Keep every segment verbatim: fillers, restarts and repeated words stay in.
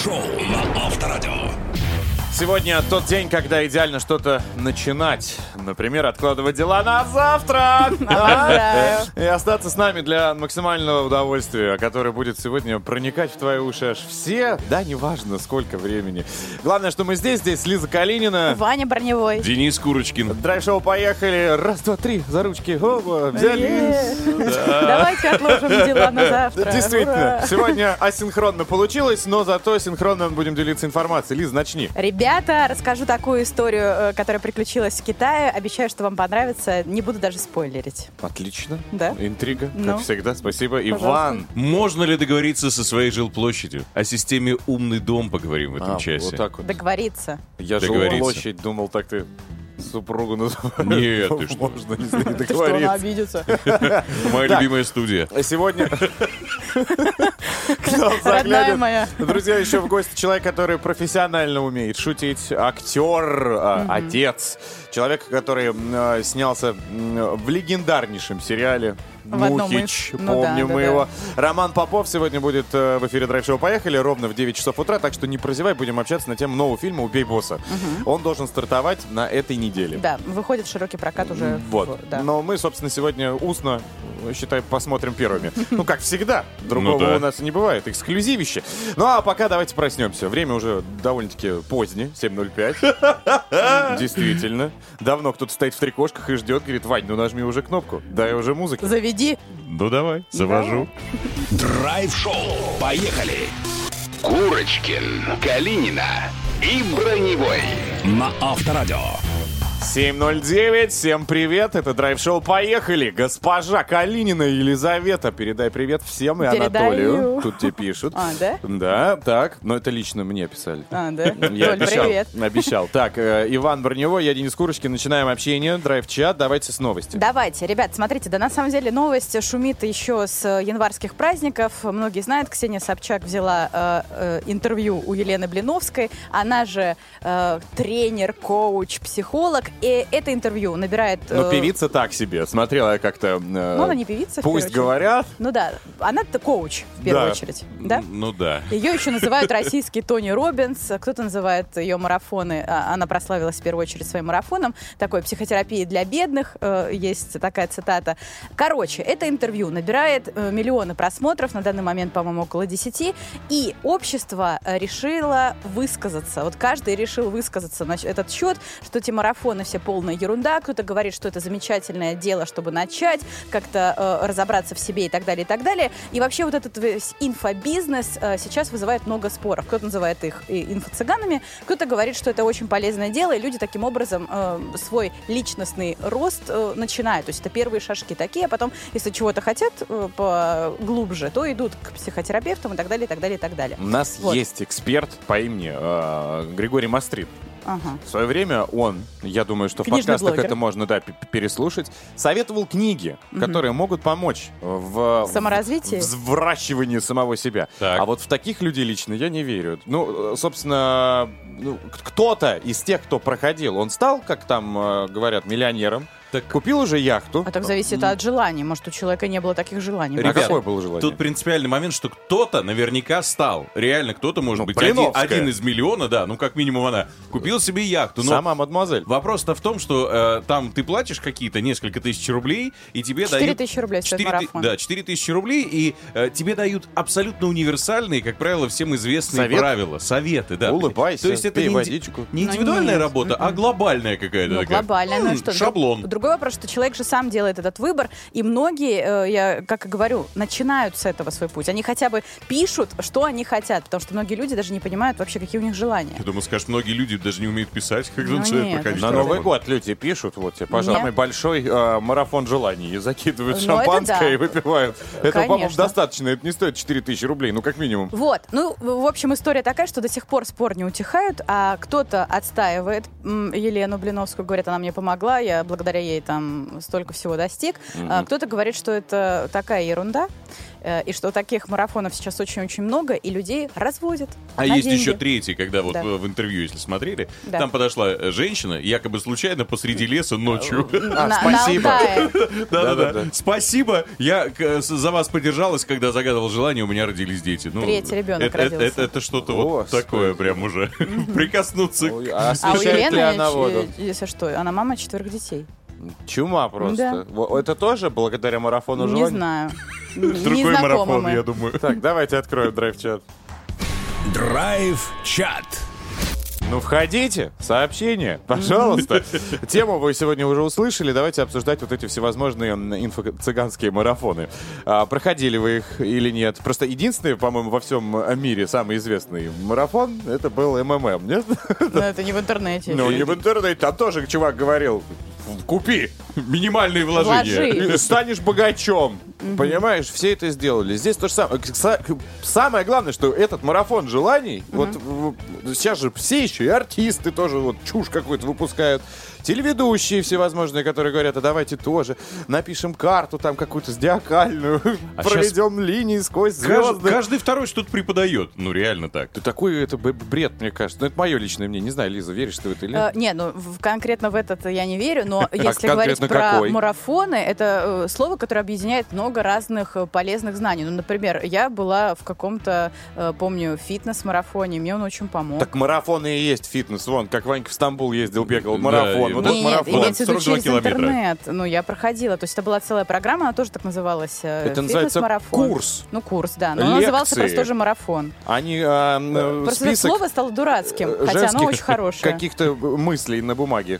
Драйв-шоу на Авторадио. Сегодня тот день, когда идеально что-то начинать. Например, откладывать дела на завтра. И остаться с нами для максимального удовольствия, которое будет сегодня проникать в твои уши аж все. Да, неважно, сколько времени. Главное, что мы здесь. Здесь Лиза Калинина. Ваня Броневой. Денис Курочкин. Драйв-шоу, поехали. Раз, два, три. За ручки. Оба, взялись. Давайте отложим дела на завтра. Действительно. Сегодня асинхронно получилось, но зато синхронно будем делиться информацией. Лиз, начни. Ребята, расскажу такую историю, которая приключилась в Китае. Обещаю, что вам понравится. Не буду даже спойлерить. Отлично. Да? Интрига, Ну. как всегда. Спасибо. Пожалуйста. Иван. Можно ли договориться со своей жилплощадью? О системе «Умный дом» поговорим в этом А, часе. вот так вот. Договориться. Я Договориться. жилплощадь, думал, так ты супругу называешь. Нет, ты что? Можно, не знаю, Ты что, она договориться. обидится? Моя Так. любимая студия. Сегодня к нам Родная заглянет, моя. друзья, еще в гости человек, который профессионально умеет шутить, актер, э, отец, человек, который э, снялся м, в легендарнейшем сериале В одном «Мухич», из. Ну помним да, мы да, его. Роман Попов сегодня будет э, в эфире Драйв-шоу «Поехали» ровно в девять часов утра, так что не прозевай, будем общаться на тему нового фильма «Убей босса». Он должен стартовать на этой неделе. Да, выходит в широкий прокат уже. Вот. в- да. Но мы, собственно, сегодня устно, считай, посмотрим первыми. Ну, как всегда. Другого Ну да. у нас и не бывает. Эксклюзивище. Ну, а пока давайте проснемся. Время уже довольно-таки позднее. семь ноль пять. Действительно. Давно кто-то стоит в трикошках и ждет. Говорит: Вань, ну нажми уже кнопку. Дай уже музыки. Заведи. Ну давай, завожу. Драйв-шоу. Поехали. Курочкин, Калинина и Броневой на Авторадио. семь ноль девять. Всем привет. Это Драйв-шоу «Поехали». Госпожа Калинина Елизавета. Передай привет всем и Передаю. Анатолию. Тут тебе пишут. А, да? Да, так. Но это лично мне писали. А, да? Я Толь, обещал, привет. обещал. Так, э, Иван Броневой, я Денис Курочкин. Начинаем общение. Драйв-чат. Давайте с новости. Давайте, ребят, смотрите, да на самом деле новость шумит еще с январских праздников. Многие знают, Ксения Собчак взяла э, э, интервью у Елены Блиновской. Она же э, тренер, коуч, психолог. И это интервью набирает... э, Ну, певица так себе. Смотрела я как-то... э, Ну, она не певица, в первую Пусть очередь. говорят. Ну да, она-то коуч, в первую Да. очередь. Да? Ну да. Ее еще называют российский Тони Роббинс. Кто-то называет ее марафоны. а, Она прославилась в первую очередь своим марафоном. Такой психотерапии для бедных. э, Есть такая цитата. Короче, это интервью набирает э, миллионы просмотров. На данный момент, по-моему, около десяти. И общество э, решило высказаться. Вот каждый решил высказаться на этот счет, что эти марафоны все полная ерунда. Кто-то говорит, что это замечательное дело, чтобы начать, как-то э, разобраться в себе и так далее, и так далее. И вообще вот этот весь инфобизнес э, сейчас вызывает много споров. Кто-то называет их и инфо-цыганами, кто-то говорит, что это очень полезное дело, и люди таким образом э, свой личностный рост э, начинают. То есть это первые шажки такие, а потом, если чего-то хотят э, поглубже, то идут к психотерапевтам и так далее, и так далее, и так далее. У нас Вот. есть эксперт по имени э, Григорий Мастрид. Ага. В свое время он, я думаю, что в Книжный подкастах блогер. это можно, да, п- переслушать, советовал книги, которые могут помочь в, В саморазвитии? в взращивании самого себя. Так. А вот в таких людей лично я не верю. Ну, э, собственно, ну, к- кто-то из тех, кто проходил, он стал, как там э, говорят, миллионером, Так. купил уже яхту. А так зависит от желаний. Может, у человека не было таких желаний. А Ребят, какое было желание? Тут принципиальный момент, что кто-то наверняка стал. Реально, кто-то, может Ну, быть, один, Блиновская. один из миллиона, да, ну как минимум она, купил себе яхту. Но Сама мадемуазель. вопрос-то в том, что э, там ты платишь какие-то несколько тысяч рублей, и тебе Четыре дают... тысячи рублей стоит четыре ты- марафон. Да, четыре тысячи рублей, и э, тебе дают абсолютно универсальные, как правило, всем известные Совет? правила. Советы, да. Улыбайся, То есть это пей не, инди- водичку. не индивидуальная нет. работа, а глобальная какая-то Ну, такая. глобально. Ну, М, что, шаблон. друг- другой вопрос, что человек же сам делает этот выбор, и многие, э, я как и говорю, начинают с этого свой путь. Они хотя бы пишут, что они хотят, потому что многие люди даже не понимают вообще, какие у них желания. Я думаю, скажешь, многие люди даже не умеют писать, как Ну, начинают нет, проходить. На что Новый марафон. год люди пишут, вот тебе, пожалуйста, Нет. самый большой э, марафон желаний. И закидывают Ну, это шампанское да. и выпивают. Это, по-моему, Конечно. достаточно. Это не стоит четыре тысячи рублей, ну, как минимум. Вот, ну, в общем, история такая, что до сих пор спор не утихают, а кто-то отстаивает м, Елену Блиновскую, говорят, она мне помогла, я благодаря ей Забегай там столько всего достиг. Mm-hmm. Кто-то говорит, что это такая ерунда, и что таких марафонов сейчас очень-очень много, и людей разводят. А есть деньги. Еще третий, когда вот да. в интервью, если смотрели, да. там подошла женщина, якобы случайно посреди леса ночью. А, спасибо. Да-да-да. Спасибо. Я за вас подержалась, когда загадывал желание, у меня родились дети. Третий ребенок родился. Это что-то вот такое прям уже. Прикоснуться. А у Елены, если что, она мама четверых детей. Чума просто. Да. Это тоже благодаря марафону желаний? Не знаю. Другой марафон, я думаю. Так, давайте откроем драйв-чат. Драйв-чат. Ну, входите, сообщения, пожалуйста. Тему вы сегодня уже услышали. Давайте обсуждать вот эти всевозможные инфо-цыганские марафоны. А, проходили вы их или нет? Просто единственный, по-моему, во всем мире самый известный марафон, это был эм эм эм, нет? Но это не в интернете. Ну, не в интернете. Там тоже чувак говорил: купи минимальные вложения. Вложи. Станешь богачом. Mm-hmm. Понимаешь, все это сделали. Здесь то же самое. Самое главное, что этот марафон желаний, mm-hmm. вот сейчас же все еще и артисты тоже вот чушь какую-то выпускают. Телеведущие всевозможные, которые говорят: а давайте тоже напишем карту там какую-то зодиакальную, а проведем линии сквозь звезды. Каждый, каждый второй что-то преподает. Ну, реально так. Да такой это бред, мне кажется. Ну, это мое личное мнение. Не знаю, Лиза, веришь ты в это или нет? Uh, не, ну, в, конкретно в этот я не верю, но если говорить про марафоны, это э, слово, которое объединяет много разных э, полезных знаний. Ну, например, я была в каком-то, э, помню, фитнес-марафоне, мне он очень помог. Так марафоны и есть фитнес. Вон, как Ванька в Стамбул ездил, бегал, марафон. Вот нет, нет, имеется в виду через интернет. Ну, я проходила. То есть это была целая программа, она тоже так называлась. Это называется курс. Ну, курс, да. Но он назывался просто тоже марафон. Они, а, просто это слово стало дурацким, хотя оно очень хорошее. Каких-то мыслей на бумаге.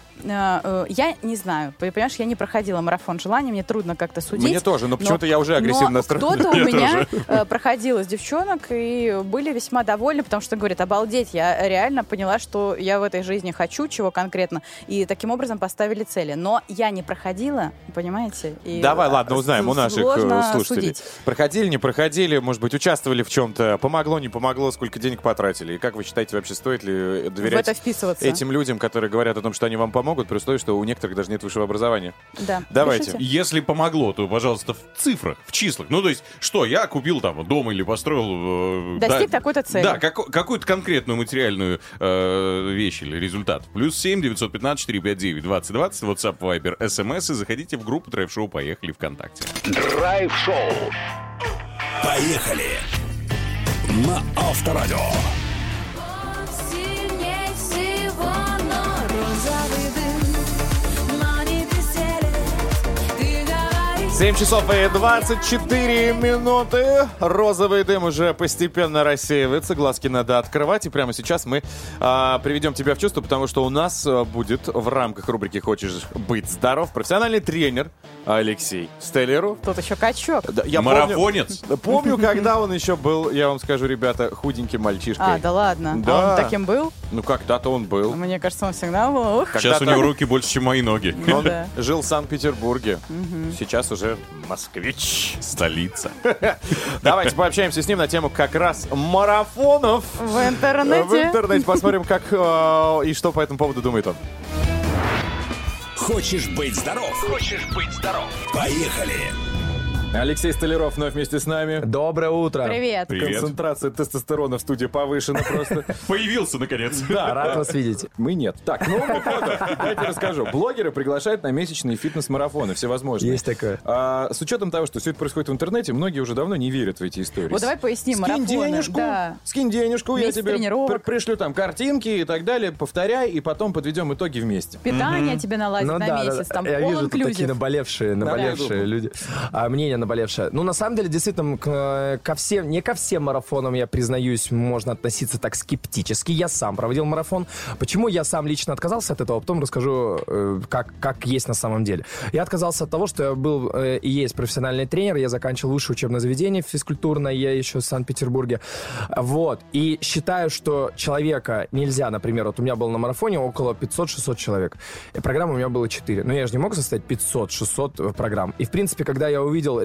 Я не знаю. Понимаешь, я не проходила марафон желаний, мне трудно как-то судить. Мне тоже, но почему-то я уже агрессивно настроен. Кто-то у меня проходил из девчонок и были весьма довольны, потому что говорят: обалдеть, я реально поняла, что я в этой жизни хочу, чего конкретно. И таким образом поставили цели. Но я не проходила, понимаете? И давай, ладно, узнаем у наших слушателей. Судить. Проходили, не проходили, может быть, участвовали в чем-то, помогло, не помогло, сколько денег потратили. И как вы считаете, вообще стоит ли доверять этим людям, которые говорят о том, что они вам помогут, при условии, что у некоторых даже нет высшего образования? Да. Давайте. Пишите. Если помогло, то, пожалуйста, в цифрах, в числах. Ну, то есть, что, я купил там дом или построил... Э, Достиг да, такой-то цели. Да, как, какую-то конкретную материальную э, вещь или результат. Плюс семь девятьсот пятнадцать четыреста пятьдесят девять двадцать двадцать, WhatsApp, Viber, смс, и заходите в группу Драйв-шоу «Поехали» ВКонтакте. Драйв-шоу. Поехали. На Авторадио. семь часов и двадцать четыре минуты. Розовый дым уже постепенно рассеивается. Глазки надо открывать. И прямо сейчас мы а, приведем тебя в чувство, потому что у нас а, будет в рамках рубрики «Хочешь быть здоров» профессиональный тренер Алексей Столяров. Тут еще качок. Да, я марафонец. Помню, помню, когда он еще был, я вам скажу, ребята, худеньким мальчишкой. А, да ладно? Да. А он таким был? Ну, когда-то он был. Мне кажется, он всегда был. Сейчас когда-то... у него руки больше, чем мои ноги. Он да. жил в Санкт-Петербурге. Угу. Сейчас уже москвич. Столица. Давайте пообщаемся с ним на тему как раз марафонов. В интернете. В интернете. Посмотрим, как э, и что по этому поводу думает он. Хочешь быть здоров? Хочешь быть здоров? Поехали! Алексей Столяров вновь вместе с нами. Доброе утро. Привет. Привет. Концентрация тестостерона в студии повышена просто. Появился, наконец. Да, рад вас видеть. Мы нет. Так, ну, давайте расскажу. Блогеры приглашают на месячные фитнес-марафоны всевозможные. Есть такое. А, с учетом того, что все это происходит в интернете, многие уже давно не верят в эти истории. Вот давай поясним. Скинь марафоны. денежку, да. скинь денежку, Месяц я тебе тренировок. пр- пришлю там картинки и так далее, повторяй, и потом подведем итоги вместе. Питание mm-hmm. тебе наладить ну, на да, месяц. Да, там я вижу, тут all-inclusive. такие наболевшие, наболевшие да, люди. А, мнение наболевшее. Ну, на самом деле, действительно, к, ко всем, не ко всем марафонам, я признаюсь, можно относиться так скептически. Я сам проводил марафон. Почему я сам лично отказался от этого? Потом расскажу, э, как, как есть на самом деле. Я отказался от того, что я был э, и есть профессиональный тренер. Я заканчивал высшее учебное заведение физкультурное, я еще в Санкт-Петербурге. Вот. И считаю, что человека нельзя, например, вот у меня было на марафоне около пятьсот-шестьсот человек. И программ у меня было четыре. Но я же не мог составить пятьсот-шестьсот программ. И, в принципе, когда я увидел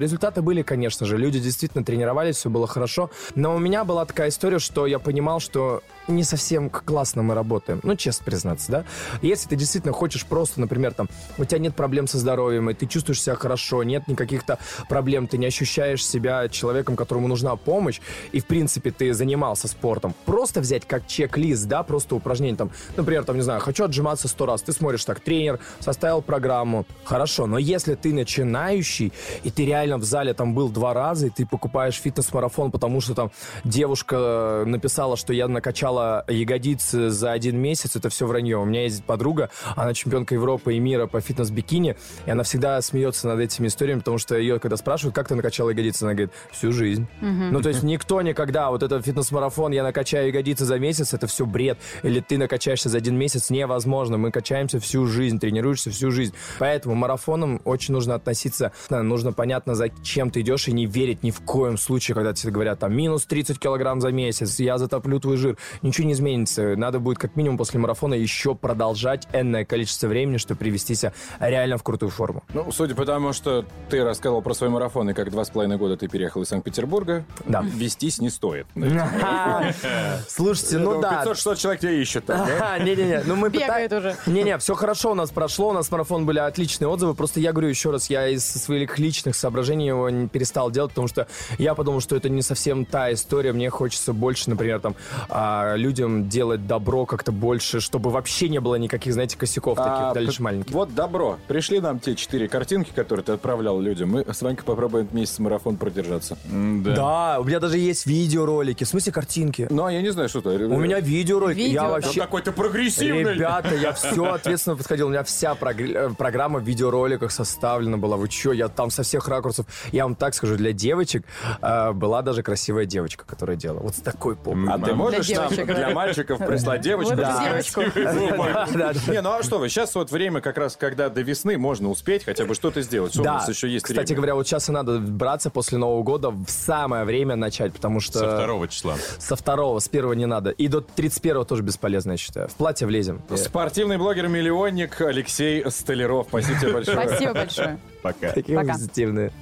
Результаты были, конечно же. Люди действительно тренировались, все было хорошо. Но у меня была такая история, что я понимал, что не совсем классно мы работаем. Ну, честно признаться, да? Если ты действительно хочешь просто, например, там, у тебя нет проблем со здоровьем, и ты чувствуешь себя хорошо, нет никаких-то проблем, ты не ощущаешь себя человеком, которому нужна помощь, и, в принципе, ты занимался спортом. Просто взять как чек-лист, да, просто упражнение, там, например, там, не знаю, хочу отжиматься сто раз. Ты смотришь так, тренер составил программу. Хорошо, но если ты начинающий, и ты реально в зале там был два раза, и ты покупаешь фитнес-марафон, потому что там девушка написала, что я накачала ягодицы за один месяц, это все вранье. У меня есть подруга, она чемпионка Европы и мира по фитнес-бикини, и она всегда смеется над этими историями, потому что ее, когда спрашивают, как ты накачала ягодицы, она говорит, всю жизнь. Mm-hmm. Ну, то есть никто никогда, вот этот фитнес-марафон, я накачаю ягодицы за месяц, это все бред. Или ты накачаешься за один месяц, невозможно. Мы качаемся всю жизнь, тренируешься всю жизнь. Поэтому марафоном очень нужно относиться, нужно понятно, зачем ты идешь, и не верить ни в коем случае, когда тебе говорят, там, минус тридцать килограмм за месяц, я затоплю твой жир. Ничего не изменится. Надо будет как минимум после марафона еще продолжать энное количество времени, чтобы привести себя реально в крутую форму. Ну, судя по тому, что ты рассказывал про свой марафон, и как два с половиной года ты переехал из Санкт-Петербурга, да. вестись не стоит. Слушайте, ну да. пятьсот-шестьсот человек тебя ищет. Не-не-не, ну мы бегают уже. Не-не, все хорошо у нас прошло, у нас марафон были отличные отзывы, просто я говорю еще раз, я из своих личных соображений его не перестал делать, потому что я подумал, что это не совсем та история, мне хочется больше, например, там, людям делать добро как-то больше, чтобы вообще не было никаких, знаете, косяков таких, дальше маленьких. Вот добро. Пришли нам те четыре картинки, которые ты отправлял людям, мы с Ванькой попробуем месяц марафон продержаться. Да, у меня даже есть видеоролики, в смысле картинки. Ну, а я не знаю, что это. У меня видеоролик, Видео, я да. вообще... Какой-то прогрессивный. Ребята, я все ответственно подходил. У меня вся прогр... программа в видеороликах составлена была. Вы че, я там со всех ракурсов. Я вам так скажу, для девочек э, была даже красивая девочка, которая делала. Вот с такой попой. А ты можешь Для нам, девочек. для мальчиков прислать девочку? Вот Да. девочку. Не, ну а что вы, сейчас вот время как раз, когда до весны можно успеть хотя бы что-то сделать. Что у Да, нас еще есть кстати время? говоря, вот сейчас и надо браться после Нового года в самое время начать, потому что... Со второго числа. Со второго, с первого не надо. И до тридцать первого тоже бесполезно, я считаю. В платье влезем. Спортивный блогер-миллионник Алексей Столяров. Спасибо тебе большое. Спасибо большое. Пока. Такие Пока. позитивные.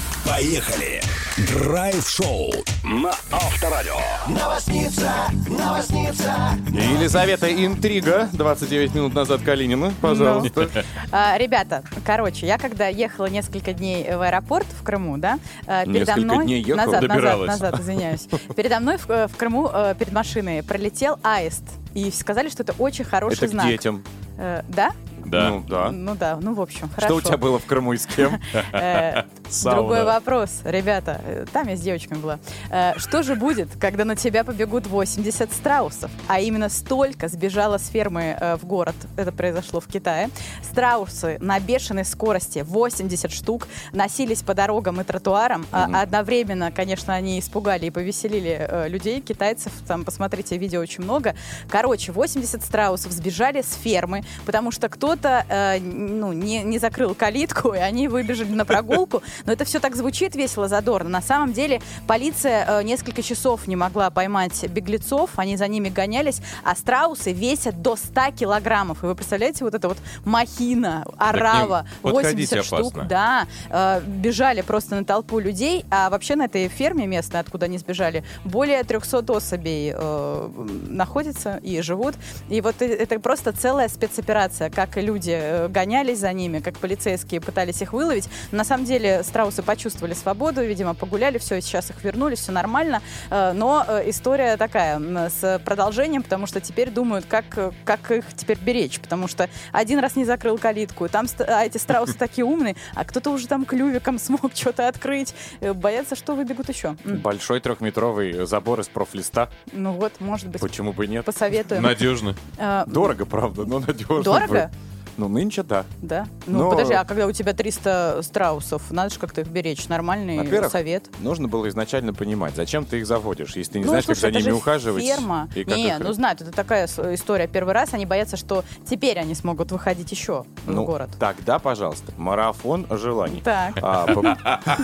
Поехали! Драйв-шоу на Авторадио. Новосница, новосница. Елизавета Интрига, двадцать девять минут назад Калинина, пожалуйста. А, ребята, короче, я когда ехала несколько дней в аэропорт в Крыму, да, а, передо Несколько мной... дней ехала, назад, добиралась. назад, назад, извиняюсь. Передо мной в, в Крыму, э, перед машиной, пролетел аист. И сказали, что это очень хороший Это к знак. детям. Э, да? Да. Ну, да. Ну да, ну в общем, Что хорошо. у тебя было в Крыму и с кем? Э, Сауна. Другой вопрос, ребята, э, там я с девочками была. Э, Что же будет, когда на тебя побегут восемьдесят страусов? А именно столько сбежало с фермы э, в город. Это произошло в Китае. Страусы на бешеной скорости, восемьдесят штук, носились по дорогам и тротуарам. А Одновременно, конечно, они испугали и повеселили э, людей, китайцев. Там, посмотрите, видео очень много. Короче, восемьдесят страусов сбежали с фермы, потому что кто-то э, ну, не, не закрыл калитку, и они выбежали на прогулку. Но это все так звучит весело, задорно. На самом деле полиция э, несколько часов не могла поймать беглецов, они за ними гонялись, а страусы весят до ста килограммов. И вы представляете, вот эта вот махина, орава, подходить восемьдесят штук, опасно. да, э, бежали просто на толпу людей, а вообще на этой ферме местной, откуда они сбежали, более трехсот особей э, находятся и живут. И вот это просто целая спецоперация, как люди э, гонялись за ними, как полицейские пытались их выловить. Но на самом деле страусы почувствовали свободу, видимо, погуляли, все, и сейчас их вернули, все нормально. Э, но э, история такая, м, с продолжением, потому что теперь думают, как, как их теперь беречь, потому что один раз не закрыл калитку, там ст- а эти страусы такие умные, а кто-то уже там клювиком смог что-то открыть. Э, Боятся, что выбегут еще. М. Большой трехметровый забор из профлиста. Ну вот, может быть, Почему бы и нет? посоветуем. Надежно. Э, Дорого, правда, но надежно. Дорого? будет. Ну, нынче да. Да? Ну, Но- подожди, а когда у тебя триста страусов, надо же как-то их беречь. Нормальный Во-первых, совет. Нужно было изначально понимать, зачем ты их заводишь, если ты не Ну, знаешь, слушай, как за это ними же ухаживать. ферма. И как Не, их- ну знают, это такая с- история первый раз. Они боятся, что теперь они смогут выходить еще Ну, в город. тогда, пожалуйста, марафон желаний. Так. А, по-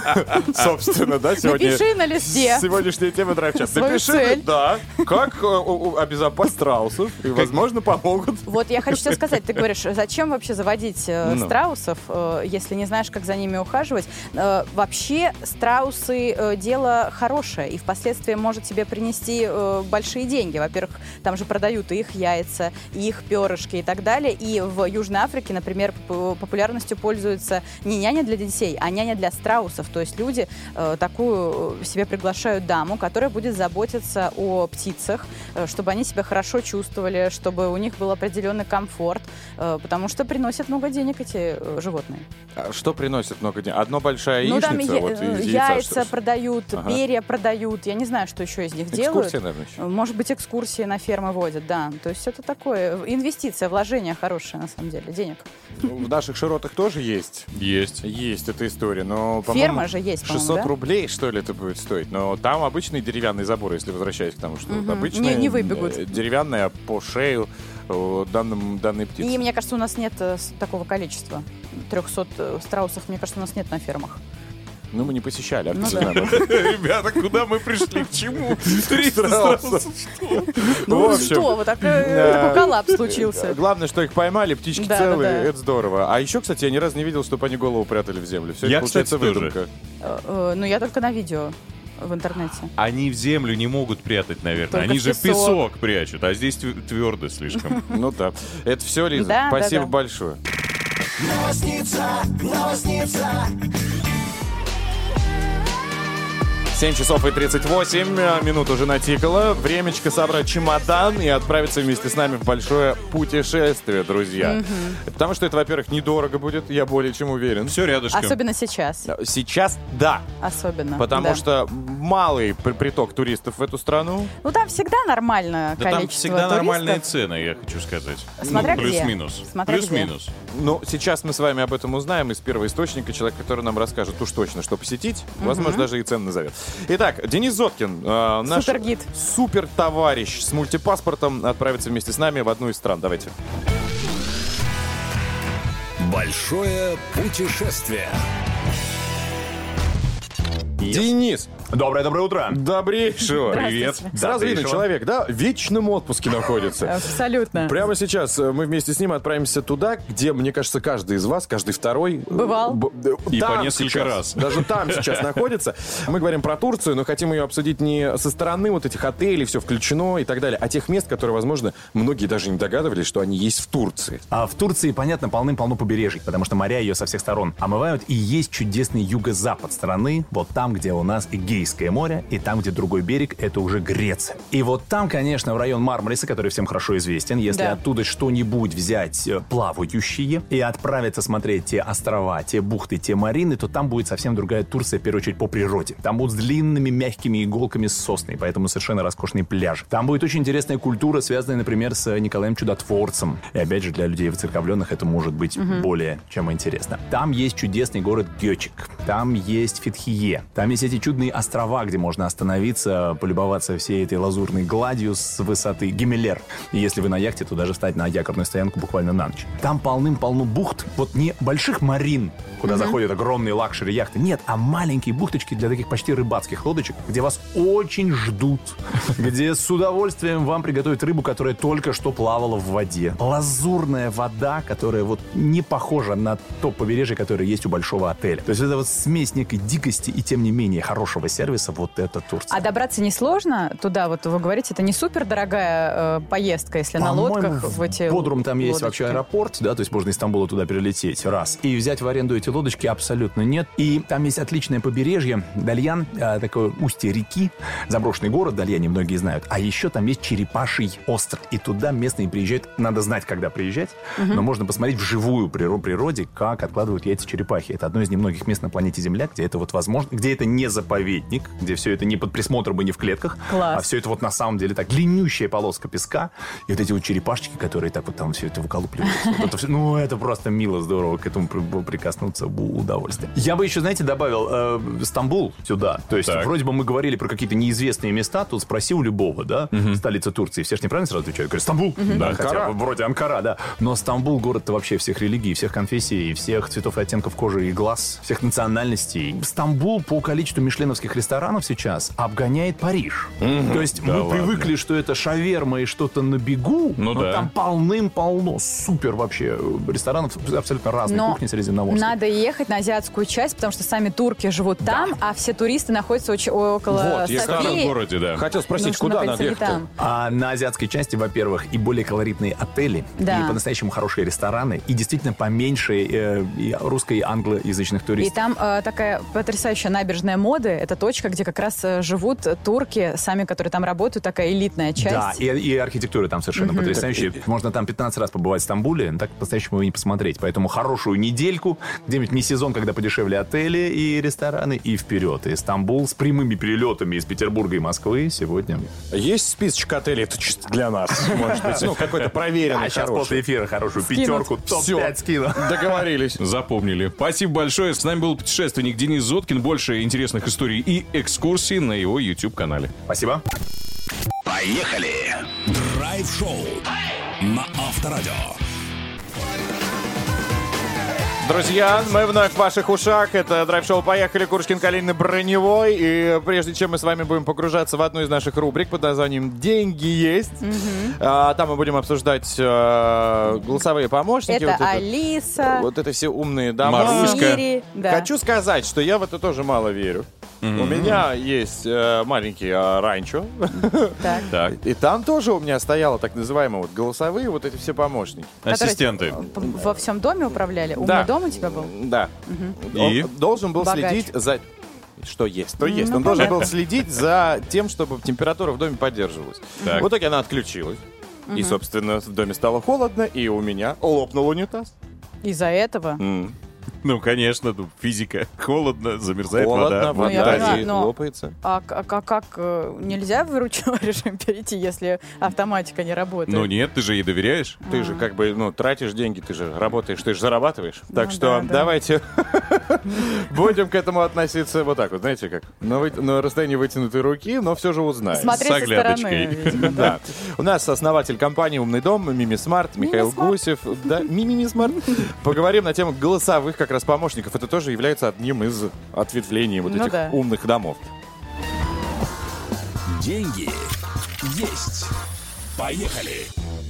Собственно, да, сегодня... Напиши на листе. Сегодняшняя тема драйв-час. Свою Напиши, цель. да, как э, у- у- обезопасить страусов, и, возможно, помогут. Вот я хочу тебе сказать, ты говоришь, зачем зачем вообще заводить э, Ну. страусов, э, если не знаешь, как за ними ухаживать? Э, вообще страусы э, дело хорошее и впоследствии может тебе принести э, большие деньги. Во-первых, там же продают и их яйца, и их перышки и так далее. И в Южной Африке, например, поп- популярностью пользуется не няня для детей, а няня для страусов. То есть люди э, такую себе приглашают даму, которая будет заботиться о птицах, э, чтобы они себя хорошо чувствовали, чтобы у них был определенный комфорт, э, потому что приносят много денег эти э, животные. А что приносит много денег? Одно большая Ну, яичница? там вот, я- из яйца яйца, что ли? продают, Ага. перья продают. Я не знаю, что еще из них делают. Экскурсии, наверное, еще. Может быть, экскурсии на фермы водят, да. То есть это такое, инвестиция, вложение хорошее, на самом деле, денег. Ну, в наших широтах тоже есть. Есть. Есть эта история, но, по-моему, Ферма же есть, по-моему, шестьсот да? рублей, что ли, это будет стоить. Но там обычный деревянный забор, если возвращаясь к тому, что вот Мгм. обычная, Не- не выбегут. э, деревянная по шею э, данным, данной птицы. И мне кажется, у нас нет э, с- такого количества. трехсот э, страусов, мне кажется, у нас нет на фермах. Ну, мы не посещали, а Ну птицы да. нам- Ребята, куда мы пришли? К чему? триста страусов. Ну В общем, что, вот так, э, да. такой коллапс случился. Главное, что их поймали, птички Да, целые, да, да. это здорово. А еще, кстати, я ни разу не видел, чтобы они голову прятали в землю. Все Я, это, получается, кстати, тоже. выдумка. Э, э, Ну, я только на видео в интернете. Они в землю не могут прятать, наверное. Только Они в же в песок. песок прячут, а здесь тв- твердо слишком. Ну да. Это все, Лиза. Да, да, Спасибо да. большое. Новосница, новосница. семь часов и тридцать восемь минут уже натикало. Времечко собрать чемодан и отправиться вместе с нами в большое путешествие, друзья. Потому что это, во-первых, недорого будет, я более чем уверен. Все рядышком. Особенно сейчас. Сейчас да, Особенно. потому да. что малый при- приток туристов в эту страну. Ну, там всегда нормальное Да там количество всегда туристов. нормальные цены, я хочу сказать. Смотря Ну, где. плюс-минус. Смотря где. Плюс-минус. Но сейчас мы с вами об этом узнаем из первого источника, человек, который нам расскажет уж точно, что посетить, возможно, даже и цены назовет. Итак, Денис Зоткин, э, наш Супергид. супер товарищ с мультипаспортом, отправится вместе с нами в одну из стран. Давайте. Большое путешествие. Денис, Доброе-доброе утро. добрейшего. Привет. Сразу видно, Добрейшего. человек, да, в вечном отпуске находится. Абсолютно. Прямо сейчас э, мы вместе с ним отправимся туда, где, мне кажется, каждый из вас, каждый второй... э, Бывал. б- э, И там по несколько сейчас, раз. Даже там сейчас находится. Мы говорим про Турцию, но хотим ее обсудить не со стороны вот этих отелей, все включено и так далее, а тех мест, которые, возможно, многие даже не догадывались, что они есть в Турции. А в Турции, понятно, полным-полно побережий, потому что моря ее со всех сторон омывают. И есть чудесный юго-запад страны, вот там, где у нас Эгейское море, и там, где другой берег, это уже Греция. И вот там, конечно, в район Мармариса, который всем хорошо известен, если Да. оттуда что-нибудь взять э, плавающие и отправиться смотреть те острова, те бухты, те марины, то там будет совсем другая Турция, в первую очередь, по природе. Там будут с длинными мягкими иголками сосны, поэтому совершенно роскошные пляжи. Там будет очень интересная культура, связанная, например, с Николаем Чудотворцем. И опять же, для людей выцерковленных это может быть более чем интересно. Там есть чудесный город Гёчик, там есть Фетхие, там есть эти чудные острова, где можно остановиться, полюбоваться всей этой лазурной гладью с высоты Гимелер. И если вы на яхте, то даже встать на якорную стоянку буквально на ночь. Там полным-полно бухт, вот не больших марин, куда заходят огромные лакшери яхты, нет, а маленькие бухточки для таких почти рыбацких лодочек, где вас очень ждут, где с удовольствием вам приготовят рыбу, которая только что плавала в воде. Лазурная вода, которая вот не похожа на то побережье, которое есть у большого отеля. То есть это вот смесь некой дикости и, тем не менее, хорошего сервиса, вот это Турция. А добраться несложно туда? Вот вы говорите, это не супер дорогая э, поездка, если на По-моему, лодках в эти Бодрум там есть лодочки. вообще аэропорт, да, то есть можно из Стамбула туда перелететь, раз. И взять в аренду эти лодочки абсолютно нет. И там есть отличное побережье, Дальян, э, такое устье реки, заброшенный город, Дальяне многие знают. А еще там есть Черепаший остров. И туда местные приезжают, надо знать, когда приезжать, но можно посмотреть вживую при природе, как откладывают яйца черепахи. Это одно из немногих мест на планете Земля, где это вот возможно, где это не заповедник, где все это не под присмотром и не в клетках, Класс. а все это вот на самом деле так длиннющая полоска песка, и вот эти вот черепашечки, которые так вот там все это выколупливаются. Вот это всё- ну, это просто мило, здорово, к этому при- прикоснуться, бу, удовольствие. Я бы еще, знаете, добавил э, Стамбул сюда. То есть, Так. вроде бы мы говорили про какие-то неизвестные места, тут спроси у любого, да, столица Турции. Все же неправильно сразу отвечают. Говорят, Стамбул. Да, хотя Анкара. бы вроде Анкара, да. Но Стамбул город-то вообще всех религий, всех конфессий, всех цветов и оттенков кожи и глаз, всех национальностей. Стамбул по количеству мишленовских ресторанов сейчас обгоняет Париж. Мгм. То есть Да мы ладно. привыкли, что это шаверма и что-то на бегу, Ну но да. там полным-полно супер вообще ресторанов абсолютно разной Но кухни средиземноморской. надо ехать на азиатскую часть, потому что сами турки живут там, а все туристы находятся очень около Вот, я В старом Софии. городе, да. Хотел спросить, Нужно куда находиться надо не ехать? там. А на азиатской части, во-первых, и более колоритные отели, Да. и по-настоящему хорошие рестораны, и действительно поменьше э, и русско- и англоязычных И туристов. там э, такая потрясающая набережная моды. Это точка, где как раз э, живут турки, сами, которые там работают, такая элитная часть. Да, и, и архитектура там совершенно Мгм. потрясающая. Можно там пятнадцать раз побывать в Стамбуле, но так по-настоящему и не посмотреть. Поэтому хорошую недельку, где-нибудь не сезон, когда подешевле отели и рестораны, и вперед. И Стамбул с прямыми перелетами из Петербурга и Москвы сегодня. Есть списочек отелей, это чисто для нас, может быть, ну, какой-то проверенный, А сейчас хороший. после эфира хорошую Скинут. пятерку, топ пять скину. Договорились. Запомнили. Спасибо большое. С нами был путешественник Денис Зоткин. Больше интересных историй и экскурсий на его YouTube-канале. Спасибо. Поехали! Драйв-шоу на Авторадио. Друзья, мы вновь в ваших ушах. Это драйв-шоу «Поехали», Курочкин, Калинин, Броневой. И прежде чем мы с вами будем погружаться в одну из наших рубрик под названием «Деньги есть», а, там мы будем обсуждать э, голосовые помощники. Это вот это- Алиса, Вот это все умные дома. Маруська. Сири. Да. Хочу сказать, что я в это тоже мало верю. У меня есть э, маленький э, ранчо, Так. Так, и там тоже у меня стояло так называемые вот голосовые вот эти все помощники. ассистенты. П- Во всем доме управляли? Умный Да. дом у тебя был? Да. И? Он должен был Богач. следить за... Что есть, то есть. Ну, Он должен понятно. был следить за тем, чтобы температура в доме поддерживалась. Так. В итоге она отключилась. И, собственно, в доме стало холодно, и у меня лопнул унитаз. Из-за этого? М. Ну, конечно, ну, физика. Холодно, замерзает Холодно, вода. Ну, я вода поняла, и но- лопается. А, к- а как, как э, нельзя в ручной режим перейти, если автоматика не работает? Ну нет, ты же ей доверяешь. Ты же как бы, ну, тратишь деньги, ты же работаешь, ты же зарабатываешь. Так Ну что да, да. давайте будем к этому относиться вот так вот, знаете, как на, вы- на расстоянии вытянутой руки, но все же узнаем. Смотреть с со стороны, оглядочкой. видимо. Да. У нас основатель компании «Умный дом» Мими Смарт, Михаил Смарт. Гусев. Да, Мими Смарт. Поговорим на тему голосовых как раз помощников. Это тоже является одним из ответвлений вот Ну этих да. умных домов. Деньги есть. Поехали!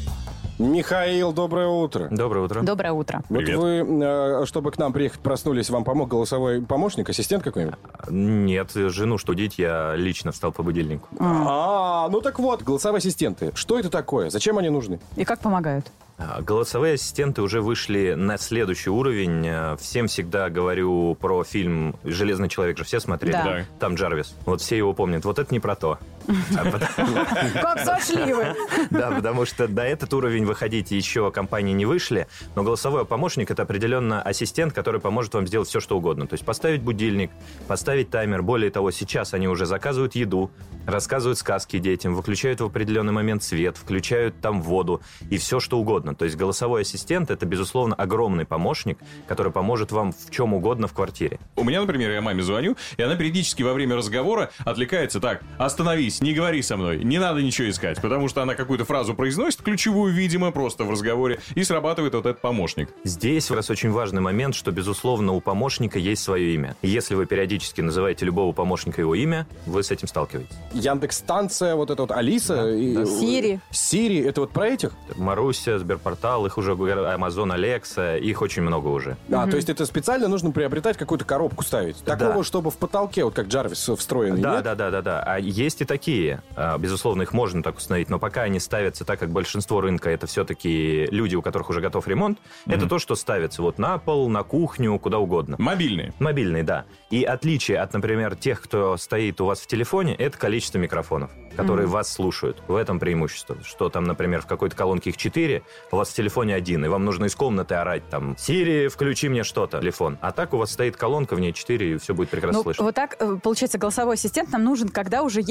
Михаил, доброе утро. Доброе утро. Доброе утро. Вот Привет. вы, э, чтобы к нам приехать, проснулись, вам помог голосовой помощник, ассистент какой-нибудь? Нет, жену штудить я лично встал по будильнику. А, ну так вот, голосовые ассистенты. Что это такое? Зачем они нужны? И как помогают? А, Голосовые ассистенты уже вышли на следующий уровень. Э, Всем всегда говорю про фильм «Железный человек», же все смотрели? Да. Да. Там Джарвис. Вот все его помнят. Вот это не про то. А потому- Как зашли вы? Да, потому что до этот уровень выходить еще компании не вышли, но голосовой помощник — это определенно ассистент, который поможет вам сделать все, что угодно. То есть поставить будильник, поставить таймер. Более того, сейчас они уже заказывают еду, рассказывают сказки детям, выключают в определенный момент свет, включают там воду и все, что угодно. То есть голосовой ассистент — это, безусловно, огромный помощник, который поможет вам в чем угодно в квартире. У меня, например, я маме звоню, и она периодически во время разговора отвлекается так: остановись, не говори со мной, не надо ничего искать, потому что она какую-то фразу произносит, ключевую, видимо, просто в разговоре, и срабатывает вот этот помощник. Здесь как раз очень важный момент, что, безусловно, у помощника есть свое имя. И если вы периодически называете любого помощника его имя, вы с этим сталкиваетесь. Яндекс-станция, вот эта вот Алиса. и- Сири. Сири, это вот про этих? Маруся, Сберпортал, их уже, Amazon, Alexa, их очень много уже. А, то есть это специально нужно приобретать какую-то коробку ставить? Такого, Да. чтобы в потолке, вот как Джарвис встроенный, Да, нет? да, да, да, да. А есть и такие. А, Безусловно, их можно так установить, но пока они ставятся так, как большинство рынка, это все-таки люди, у которых уже готов ремонт, это то, что ставится вот на пол, на кухню, куда угодно. Мобильные. Мобильный, да. И отличие от, например, тех, кто стоит у вас в телефоне, это количество микрофонов, которые вас слушают. В этом преимущество. Что там, например, в какой-то колонке их четыре, у вас в телефоне один, и вам нужно из комнаты орать там: «Сири, включи мне что-то», телефон. А так у вас стоит колонка, в ней четыре, и все будет прекрасно Ну, слышно. вот так, э, получается, голосовой ассистент нам нужен, когда уже есть все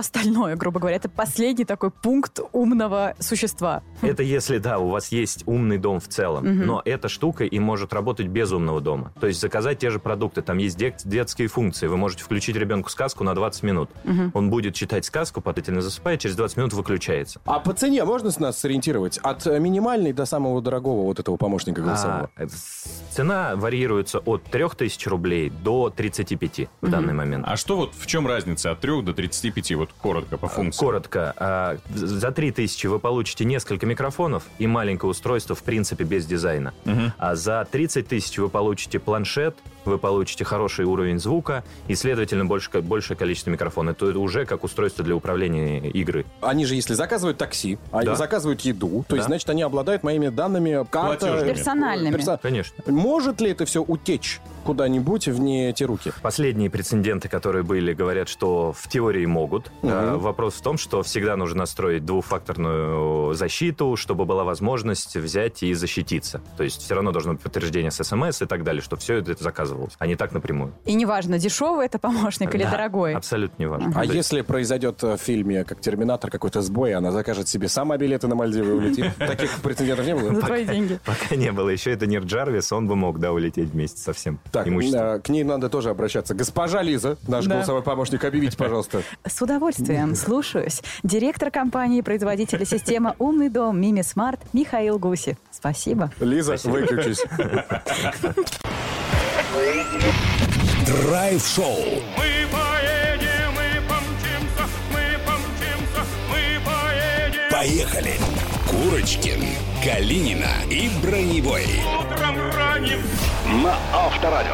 остальное, грубо говоря. Это последний такой пункт умного существа. Это если, да, у вас есть умный дом в целом, угу. но эта штука и может работать без умного дома. То есть заказать те же продукты, там есть дет- детские функции. Вы можете включить ребенку сказку на двадцать минут. Угу. Он будет читать сказку, потом засыпает, через двадцать минут выключается. А по цене можно с нас сориентировать? От минимальной до самого дорогого вот этого помощника голосового? А, цена варьируется от трех тысяч рублей до тридцати пяти в угу. данный момент. А что вот в чем разница от трех до тридцати пяти? Вот коротко по функции. Коротко. А, за три тысячи вы получите несколько микрофонов и маленькое устройство, в принципе, без дизайна. Угу. А за тридцать тысяч вы получите планшет, вы получите хороший уровень звука и, следовательно, больше, большее количество микрофонов. Это уже как устройство для управления игры. Они же, если заказывают такси, да. они заказывают еду, то да. есть, значит, они обладают моими данными, карта... Персональными. Персон... Конечно. Может ли это все утечь куда-нибудь в не те руки? Последние прецеденты, которые были, говорят, что в теории могут. Угу. А, вопрос в том, что всегда нужно настроить двухфакторную защиту, чтобы была возможность взять и защититься. То есть все равно должно быть подтверждение с СМС и так далее, что все это заказывалось, а не так напрямую. И неважно, дешевый это помощник или да, дорогой. Абсолютно неважно. А если произойдет в фильме, как «Терминатор», какой-то сбой, она закажет себе сама билеты на Мальдивы и улетит? Таких прецедентов не было? За твои деньги. Пока не было. Еще это Нир Джарвис, он бы мог, да, улететь вместе со всем имуществом. К ней надо тоже обращаться. Госпожа Лиза, наш да. голосовой помощник, объявите, пожалуйста. С удовольствием, слушаюсь. Директор компании производителя системы «Умный дом» Мими Смарт Михаил Гуси. Спасибо. Лиза, Спасибо. Выключись. Драйв-шоу. Мы поедем, мы помчимся, мы помчимся, мы поедем. Поехали. Курочкин, Калинина и Броневой. Утром ранним на Авторадио.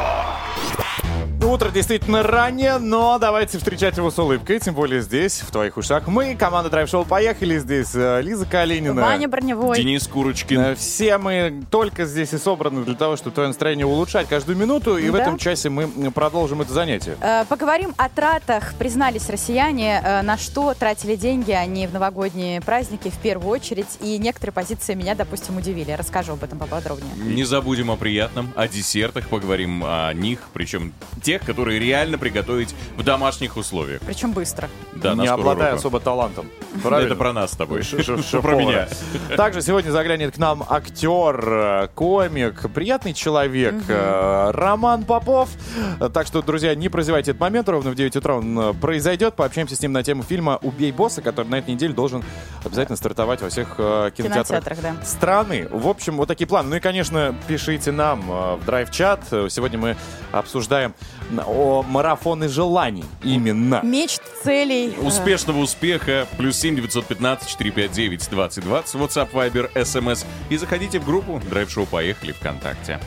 Утро действительно раннее, но давайте встречать его с улыбкой, тем более здесь, в твоих ушах. Мы, команда Драйв-шоу, поехали здесь. Лиза Калинина, Ваня Броневой, Денис Курочкин. Все мы только здесь и собраны для того, чтобы твое настроение улучшать каждую минуту, и да? в этом часе мы продолжим это занятие. Э, поговорим о тратах. Признались россияне, э, на что тратили деньги они в новогодние праздники в первую очередь, и некоторые позиции меня, допустим, удивили. Расскажу об этом поподробнее. Не забудем о приятном, о десертах, поговорим о них, причем тех, которые реально приготовить в домашних условиях. Причем быстро. Да, не обладая руку. особо талантом. Правильно? Это про нас с тобой. Что про меня. Также сегодня заглянет к нам актер, комик, приятный человек Роман Попов. Так что, друзья, не прозевайте этот момент. Ровно в девять утра он произойдет. Пообщаемся с ним на тему фильма «Убей босса», который на этой неделе должен обязательно стартовать во всех кинотеатрах, кинотеатрах да. страны. В общем, вот такие планы. Ну и, конечно, пишите нам в драйв-чат. Сегодня мы обсуждаем о марафоне желаний. Именно. Мечт, целей. Успешного успеха. Плюс семь девятьсот пятнадцать четыре пять девять двадцать двадцать. WhatsApp, Viber, эс эм эс. И заходите в группу Драйв-шоу «Поехали» ВКонтакте.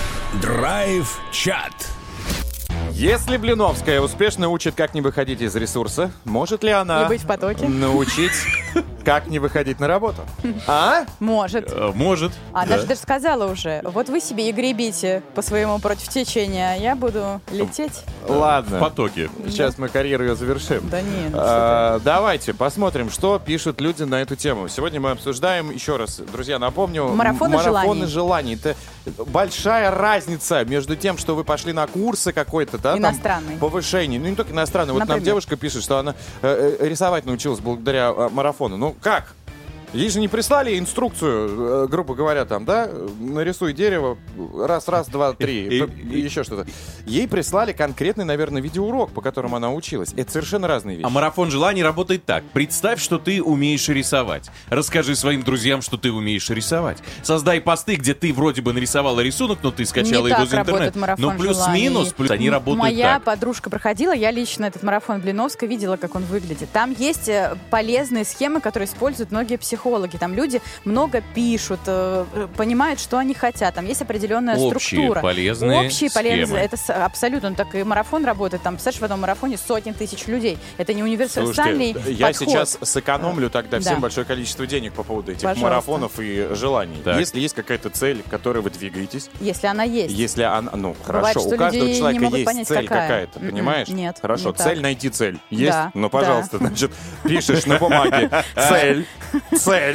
Драйв-чат. Если Блиновская успешно учит, как не выходить из ресурса, может ли она не быть в потоке? Научить, как не выходить на работу? А? Может. Э, может. Она да. же даже сказала уже, вот вы себе и гребите по своему против течения, а я буду лететь. Ладно. В потоке. Сейчас да. мы карьеру ее завершим. Да нет. А, давайте посмотрим, что пишут люди на эту тему. Сегодня мы обсуждаем, еще раз, друзья, напомню, марафоны, марафоны желаний. желаний. Это большая разница между тем, что вы пошли на курсы какой-то, да, иностранный. Там, повышение. Ну, не только иностранный. Вот Например? нам девушка пишет, что она э, э, рисовать научилась благодаря э, марафону. Ну, как? Ей же не прислали инструкцию, грубо говоря, там, да, нарисуй дерево, раз, раз, два, три, и, и еще что-то. Ей прислали конкретный, наверное, видеоурок, по которому она училась. Это совершенно разные вещи. А марафон желаний работает так. Представь, что ты умеешь рисовать. Расскажи своим друзьям, что ты умеешь рисовать. Создай посты, где ты вроде бы нарисовала рисунок, но ты скачала не его так из интернета. Ну, плюс-минус, плюс они работают Моя так. подружка проходила, я лично этот марафон Блиновской видела, как он выглядит. Там есть полезные схемы, которые используют многие психологи. Там люди много пишут, э, понимают, что они хотят. Там есть определенная Общие структура. Полезные Общие схемы. полезные. Это с, абсолютно. Ну, так и марафон работает. Там, представляешь, в этом марафоне сотни тысяч людей. Это не универсальный подход. Я сейчас сэкономлю тогда всем да. большое количество денег по поводу этих Пожалуйста. марафонов и желаний. Так. Если есть какая-то цель, к которой вы двигаетесь. Если она есть. Если она, ну, Бывает, хорошо, у каждого человека есть понять, цель какая. какая-то, понимаешь? Нет. Хорошо, не цель так. найти цель. Есть? Да. Ну, пожалуйста, да. значит, пишешь на бумаге цель, цель.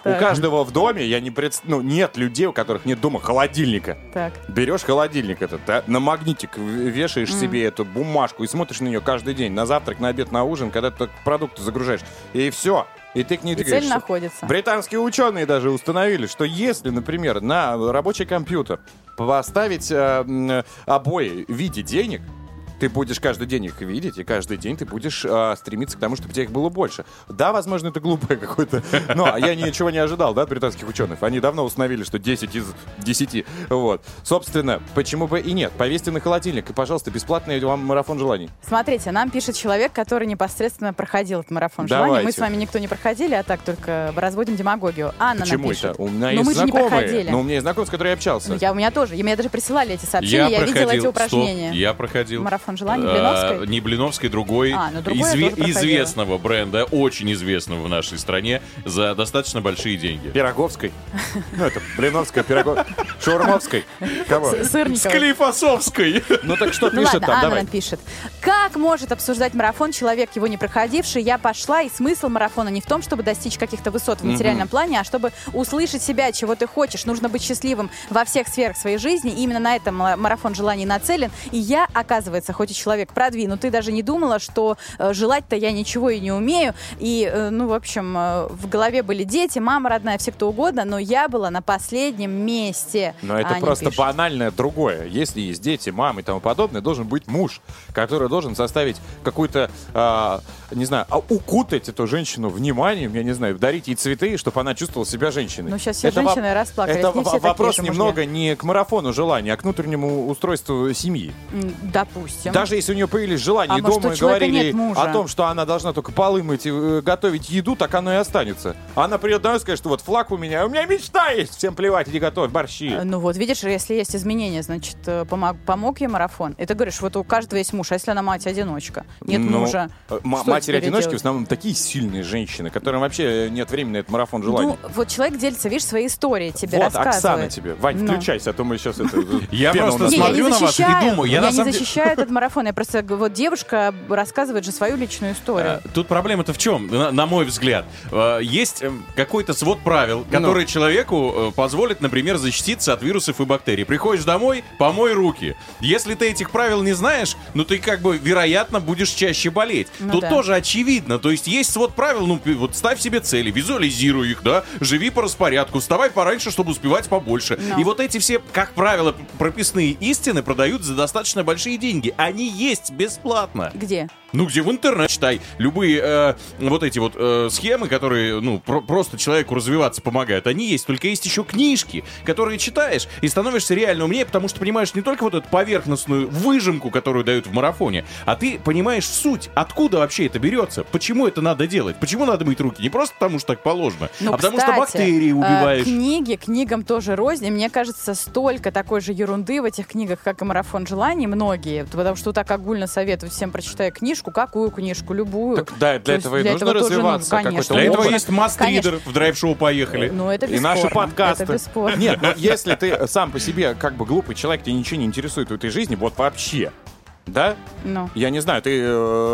У каждого в доме, я не пред... ну, нет людей, у которых нет дома холодильника. Так. Берешь холодильник этот, да, на магнитик вешаешь mm. себе эту бумажку и смотришь на нее каждый день. На завтрак, на обед, на ужин, когда ты продукты загружаешь. И все. И ты к ней двигаешься. Цель находится. Британские ученые даже установили, что если, например, на рабочий компьютер поставить э, обои в виде денег, ты будешь каждый день их видеть, и каждый день ты будешь э, стремиться к тому, чтобы у тебя их было больше. Да, возможно, это глупое какое-то, но я ничего не ожидал, да, от британских ученых. Они давно установили, что десять из десяти. Вот. Собственно, почему бы и нет? Повесьте на холодильник, и, пожалуйста, бесплатный вам марафон желаний. Смотрите, нам пишет человек, который непосредственно проходил этот марафон Давайте. желаний. Мы с вами никто не проходили, а так только разводим демагогию. Анна Почему напишет. это? У меня Но есть мы же не знакомые. проходили. Но у меня есть знакомые, с которыми я общался. Ну, я, у меня тоже. И мне даже присылали эти сообщения, я, я видела эти упражнения. Стоп, я проходил. Марафон желаний Блиновской? А, не Блиновской, другой, а, ну, другой изве- изве- известного бренда, очень известного в нашей стране, за достаточно большие деньги. Пироговской. Ну, это Блиновская, Пироговской. Шаурмовской. Кого? Сырниковой. Склифосовской. Ну так что ну, пишет ладно, там? Анна Давай. нам пишет. Как может обсуждать марафон человек, его не проходивший? Я пошла, и смысл марафона не в том, чтобы достичь каких-то высот в материальном mm-hmm. плане, а чтобы услышать себя, чего ты хочешь. Нужно быть счастливым во всех сферах своей жизни. И именно на этом марафон желаний нацелен. И я, оказывается, хоть и человек продвинутый, даже не думала, что э, желать-то я ничего и не умею. И, э, ну, в общем, э, в голове были дети, мама родная, все кто угодно, но я была на последнем месте. Но это Аня просто пишет. банальное другое. Если есть дети, мамы и тому подобное, должен быть муж, который должен составить какую-то, э, не знаю, а укутать эту женщину вниманием, я не знаю, дарить ей цветы, чтобы она чувствовала себя женщиной. Ну, сейчас все это женщины воп... расплакались. Это не все вопрос такие же немного мужья. не к марафону желаний, а к внутреннему устройству семьи. Допустим. Даже если у нее появились желания, А и может, дома у человека говорили нет мужа? о том, что она должна только полы мыть и э, готовить еду, так оно и останется. Она придет домой и скажет, что вот флаг у меня, у меня мечта есть, всем плевать, иди готовь борщи. Ну вот, видишь, если есть изменения, значит, помог, помог ей марафон. И ты говоришь, вот у каждого есть муж, а если она мать-одиночка? Нет ну, мужа. М- что матери-одиночки делать? в основном такие сильные женщины, которым вообще нет времени на этот марафон желаний. Ну, вот человек делится, видишь, своей историей тебе вот, рассказывает. Оксана тебе. Вань, Ну. включайся, а то мы сейчас это... Я пена просто у нас. Не, я смотрю не на вас и защищаю, думаю, я я на не самом деле- защищаю этот марафон, я просто, вот девушка рассказывает же свою личную историю. А, Тут проблема-то в чем, на, на мой взгляд? А, Есть эм, какой-то свод правил, который Ну. человеку э, позволит, например, защититься от вирусов и бактерий. Приходишь домой, помой руки. Если ты этих правил не знаешь, ну ты как бы, вероятно, будешь чаще болеть. Ну Тут да. тоже очевидно. То есть есть свод правил, ну вот ставь себе цели, визуализируй их, да, живи по распорядку, вставай пораньше, чтобы успевать побольше. Но. И вот эти все, как правило, прописные истины продают за достаточно большие деньги. Они есть бесплатно. Где? Ну, где в интернет читай. Любые э, вот эти вот э, схемы, которые, ну, про- просто человеку развиваться помогают, они есть. Только есть еще книжки, которые читаешь и становишься реально умнее, потому что понимаешь не только вот эту поверхностную выжимку, которую дают в марафоне, а ты понимаешь суть, откуда вообще это берется, почему это надо делать, почему надо мыть руки. Не просто потому, что так положено, Ну, а потому кстати, что бактерии э, убиваешь. книги, книгам тоже рознь. И мне кажется, столько такой же ерунды в этих книгах, как и марафон желаний, многие. Потому что так огульно советуют всем прочитай книжку, какую книжку, любую. Так да, для То есть этого и для нужно этого тоже, ну, развиваться. конечно. какой-то Для этого опыт. есть мастридер в драйв-шоу «Поехали». Ну, это И бесспорно. наши подкасты. Это бесспорно. Нет, но если ты сам по себе как бы глупый человек, тебе ничего не интересует в этой жизни, вот вообще, да? Ну. Я не знаю, ты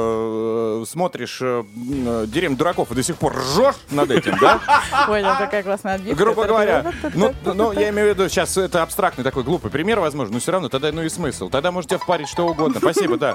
э, смотришь э, э, «Деревню дураков» и до сих пор ржешь над этим, да? Понял, какая классная отбивка. Грубо говоря. Ну, ну, я имею в виду, сейчас это абстрактный такой глупый пример, возможно, но все равно тогда, ну и смысл. Тогда можете впарить что угодно. Спасибо, да.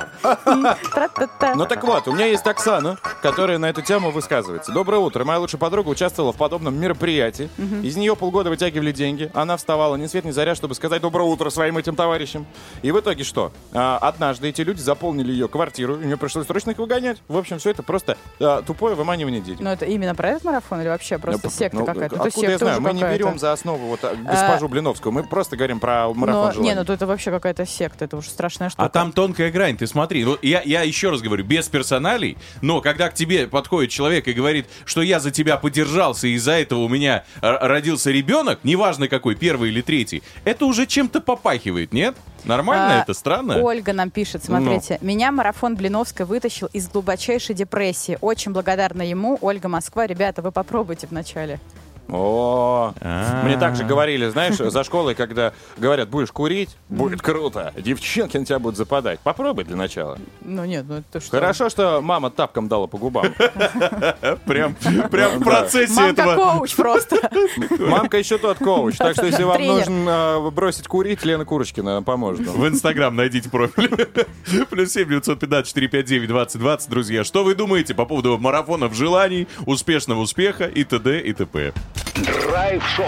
Ну так вот, у меня есть Оксана, которая на эту тему высказывается. Доброе утро. Моя лучшая подруга участвовала в подобном мероприятии. Из нее полгода вытягивали деньги. Она вставала ни свет ни заря, чтобы сказать доброе утро своим этим товарищам. И в итоге что? А, однажды эти люди заполнили ее квартиру, и мне пришлось срочно их выгонять. В общем, все это просто а, тупое выманивание денег. Ну, это именно про этот марафон или вообще просто Ну, секта ну, какая-то? Откуда То секта я знаю? уже Мы не какая-то. берем за основу вот а, госпожу Блиновскую. Мы просто говорим про марафон Но, желаний. не, ну то это вообще какая-то секта, это уже страшная штука. А там тонкая грань, ты смотри. Вот я, я еще раз говорю, без персоналей, но когда к тебе подходит человек и говорит, что я за тебя подержался, и из-за этого у меня р- родился ребенок, неважно какой, первый или третий, это уже чем-то попахивает, нет? Нормально А, это? Странно? Ольга нам пишет, смотрите. Меня марафон Блиновской вытащил из глубочайшей депрессии. Очень благодарна ему. Ольга, Москва. Ребята, вы попробуйте вначале. О, мне также говорили, знаешь, за школой, когда говорят, будешь курить, будет круто. Девчонки на тебя будут западать. Попробуй для начала. Ну нет, ну это что? Хорошо, что мама тапком дала по губам. Прям в процессе этого. Мамка коуч просто. Мамка еще тот коуч. Так что, если вам нужно бросить курить, Лена Курочкина поможет. В Инстаграм найдите профиль. Плюс семь девятьсот пятнадцать четыреста пятьдесят девять двадцать двадцать, друзья. Что вы думаете по поводу марафонов желаний, успешного успеха и т.д. и т.п. Драйв-шоу.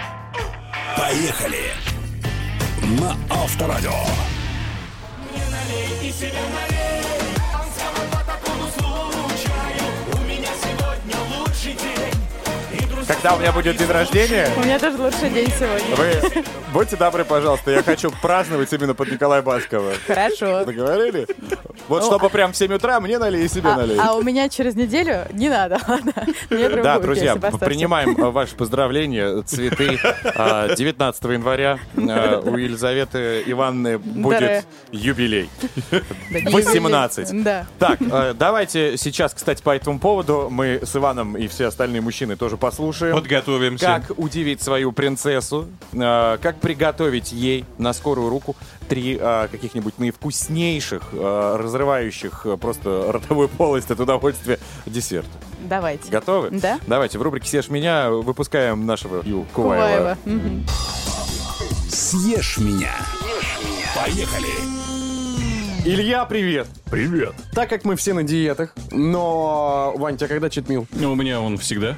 Поехали. На Авторадио. Не налей и себе налей. Танцевать по такому случаю. У меня сегодня лучший день. И друзья Когда у меня будет день рождения, У меня тоже лучший день сегодня. вы будьте добры, пожалуйста, я хочу праздновать именно под Николая Баскова. Хорошо. Договорили? Вот чтобы прям в семь утра мне налей и себе А, налей. а у меня через неделю не надо, ладно? Мне другую Да, друзья, песню поставьте. принимаем э, ваши поздравления, цветы. Э, девятнадцатого января э, у Елизаветы Ивановны будет Даре. юбилей. Да, не восемнадцать. юбилей. Да. Так, э, давайте сейчас, кстати, по этому поводу мы с Иваном и все остальные мужчины тоже послушаем. Подготовимся. Как удивить свою принцессу, э, как приготовить ей на скорую руку три э, каких-нибудь наивкуснейших, э, разрывающих э, просто ротовую полость от удовольствия десерта. Давайте. Готовы? Да. Давайте, в рубрике «Съешь меня» выпускаем нашего Ю Куваева. Куваева. Мгм. Съешь меня. Поехали. Илья, привет. Привет. Так как мы все на диетах, но... Вань, тебя когда читмил? Ну, у меня он всегда.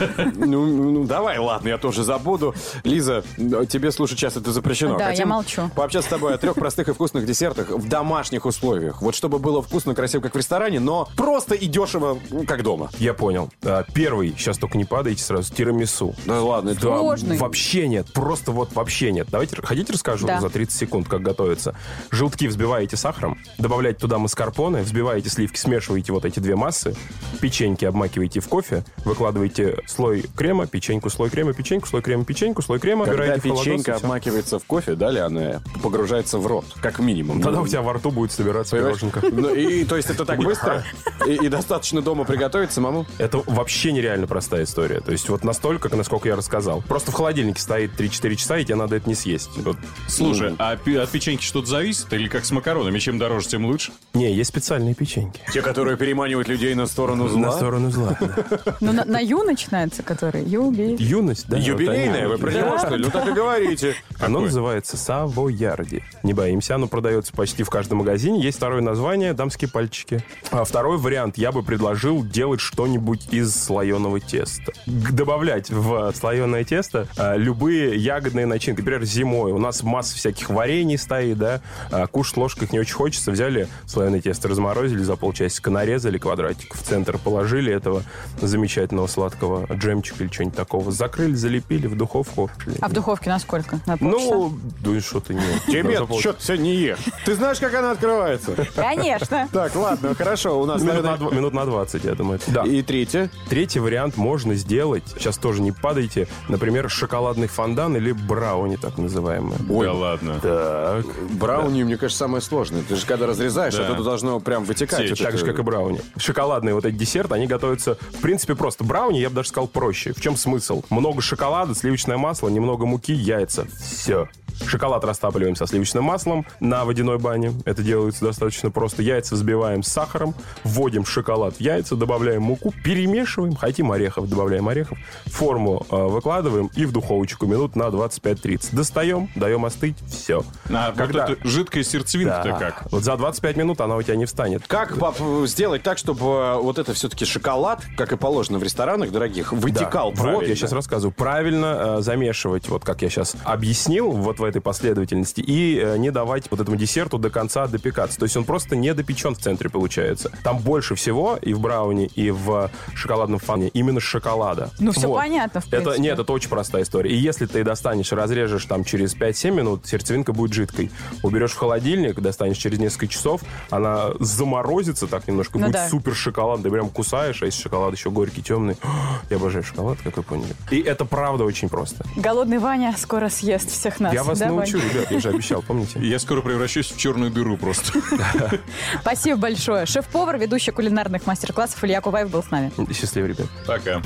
Ну, ну, давай, ладно, я тоже забуду. Лиза, тебе слушать сейчас это запрещено. Да, Хотим я молчу. пообщаться с тобой о трех простых и вкусных десертах в домашних условиях. Вот чтобы было вкусно, красиво, как в ресторане, но просто и дешево, ну, как дома. Я понял. А, Первый, сейчас только не падайте сразу, тирамису. Да ладно, это... Да, Сложный. вообще нет, просто вот вообще нет. Давайте, хотите расскажу Да. за тридцать секунд, как готовится? Желтки взбиваете сахаром, добавляете туда маскарпоне, взбиваете сливки, смешиваете вот эти две массы, печеньки обмакиваете в кофе, выкладываете слой крема, печеньку, слой крема, печеньку, слой крема, печеньку, слой крема, Когда убираете в холодос, печенька и всё. обмакивается в кофе, далее она погружается в рот, как минимум. Тогда Ну, у тебя во рту будет собираться понимаешь? пироженка. Ну, и, то есть это так быстро? И, и достаточно дома приготовить самому? Это вообще нереально простая история. То есть вот настолько, насколько я рассказал. Просто в холодильнике стоит три-четыре часа, и тебе надо это не съесть. Вот. Слушай, а пи- от печеньки что-то зависит? Или как с макаронами? Чем дороже, тем лучше? Не, есть специальные печеньки. Те, которые переманивают людей на сторону зла? На сторону зла. да. Ну, на, на Ю начинается, который Юби. Юность, да? Юбилейная, вот вы про они. него, что ли? Ну так и говорите. Оно называется Савоярди. Не боимся, оно продается почти в каждом магазине. Есть второе название — дамские пальчики. А второй вариант я бы предложил делать что-нибудь из слоеного теста. Г- Добавлять в слоеное тесто а, любые ягодные начинки. Например, зимой у нас масса всяких варений стоит, да, а, кушать ложкой их не очень хочется. Взяли слоеное тесто, разморозили, за полчасика нарезали квадратик, в центр положили этого замечательного сладкого джемчика или что-нибудь такого, закрыли, залепили в духовку. А в духовке на сколько? На полчаса? Ну, да что ты не... Тебе За пол- что ты сегодня не ешь? Ты знаешь, как она открывается? Конечно. Так, ладно, хорошо, у нас, Минут на, наверное... дв- минут на двадцать, я думаю. Да. И третье. Третий вариант можно сделать, сейчас тоже не падайте, например, шоколадный фондан или брауни, так называемое. Да ладно. Так. Брауни, мне кажется, самое сложное. Ты же когда разрезаешь, Да. это должно прям вытекать. Течь. вот Так это. же, как и брауни. Шоколадные вот эти десерты, они готовятся, в принципе, просто. Брауни, я бы даже сказал, проще. В чем смысл? Много шоколада, сливочное масло, немного муки, яйца. Все. Шоколад растапливаем со сливочным маслом на водяной бане. Это делается достаточно просто. Яйца взбиваем с сахаром, вводим шоколад в яйца, добавляем муку, перемешиваем. Хотим орехов, добавляем орехов. Форму э, выкладываем и в духовочку минут на двадцать пять тридцать. Достаем, даем остыть, все. А Когда- вот эта жидкая сердцевинка-то Да. как? Вот за двадцать пять минут она у тебя не встанет. Как, пап, сделать так, чтобы э, вот это все-таки шоколад, как и положено в ресторанах дорогих, вытекал Да. правильно? Вот, я сейчас рассказываю. Правильно э, замешивать, вот как я сейчас объяснил, вот в этой последовательности, и э, не давать вот этому десерту до конца допекаться. То есть он просто не допечен в центре получается. Там больше всего и в брауни, и в шоколадном фоне именно шоколада. Ну, все Вот. понятно, в принципе. Это, нет, это очень простая история. И если ты достанешь, разрежешь там через пять-семь минут, сердцевинка будет жидкой. Уберешь в холодильник, достанешь через несколько часов, она заморозится так немножко, Ну будет да. супер шоколад. Ты прям кусаешь, а если шоколад еще горький, темный. Я обожаю шоколад, как вы поняли. И это правда очень просто. Голодный Ваня скоро съест всех нас. Я вас Да, научу, Вань? ребят, я же обещал, помните? Я скоро превращусь в черную дыру просто. Спасибо большое. Шеф-повар, ведущий кулинарных мастер-классов Илья Куваев был с нами. Счастливо, ребят. Пока.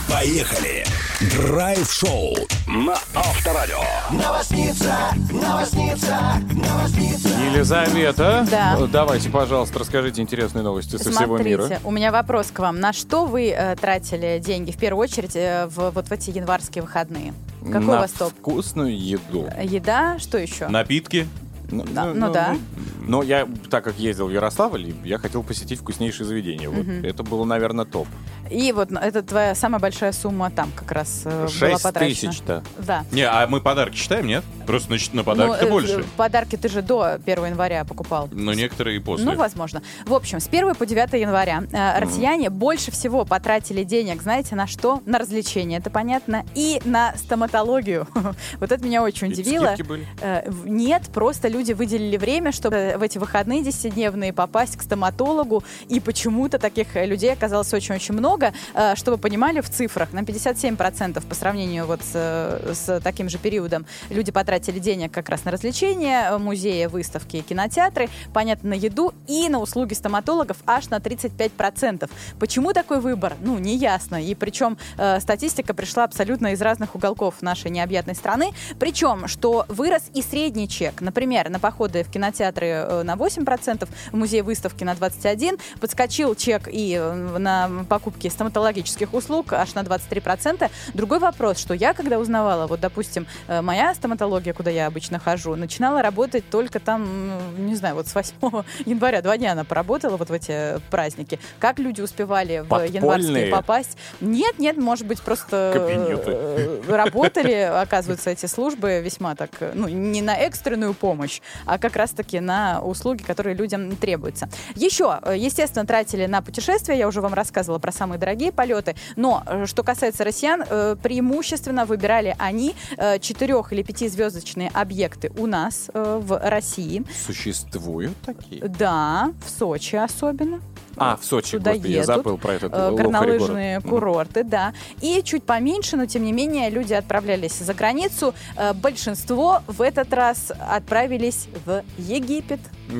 Поехали! Драйв-шоу на Авторадио. Новосница, новосница, новосница. Елизавета, Да. давайте, пожалуйста, расскажите интересные новости со всего мира. Смотрите, у меня вопрос к вам. На что вы э, тратили деньги, в первую очередь, э, в, вот в эти январские выходные? Какой На у вас топ? вкусную еду. Еда, что еще? Напитки. Ну, Да, ну да. Но я, так как ездил в Ярославль, я хотел посетить вкуснейшие заведения. Вот Мгм. это было, наверное, топ. И вот это твоя самая большая сумма там как раз э, была Шесть потрачена. тысяч-то. Да. Не, а мы подарки считаем, нет? Просто, значит, на подарки-то Ну, э, больше. э, Подарки ты же до первого января покупал. Но некоторые и после. Ну, возможно. В общем, с первого по девятое января э, россияне больше всего потратили денег, знаете, на что? На развлечения, это понятно, и на стоматологию. Вот это меня очень И удивило. скидки были? Э, в- Нет, просто люди выделили время, чтобы в эти выходные десятидневные попасть к стоматологу, и почему-то таких э, людей оказалось очень-очень много. Э, Чтобы вы понимали, в цифрах на пятьдесят семь процентов по сравнению вот с, э, с таким же периодом люди потратили денег как раз на развлечения, э, музеи, выставки, кинотеатры, понятно, на еду и на услуги стоматологов аж на тридцать пять процентов. Почему такой выбор? Ну, не ясно. И причем э, статистика пришла абсолютно из разных уголков нашей необъятной страны. Причем, что вырос и средний чек. Например, на походы в кинотеатры э, на восемь процентов, в музей выставки на двадцать один процента, подскочил чек и э, на покупки стоматологических услуг аж на двадцать три процента. Другой вопрос, что я, когда узнавала, вот, допустим, э, моя стоматология, куда я обычно хожу, начинала работать только там, м, не знаю, вот с восьмого января, два дня она поработала вот в эти праздники. Как люди успевали в Подпольные? январские попасть? Нет, нет, может быть, просто Кабинеты. э, работали, оказывается, эти службы весьма так, э, ну, не на экстренную помощь, а как раз-таки на услуги, которые людям требуются. Еще, э, естественно, тратили на путешествия, я уже вам рассказывала про самые дорогие полеты, но э, что касается россиян, э, преимущественно выбирали они э, четырех- или пятизвездочные объекты у нас э, в России. Существуют такие? Да, в Сочи особенно. А, в Сочи, Туда господи, я едут, забыл про этот э, лохарь горнолыжные город. курорты, да. И чуть поменьше, но тем не менее люди отправлялись за границу. Э, Большинство в этот раз отправились в Египет.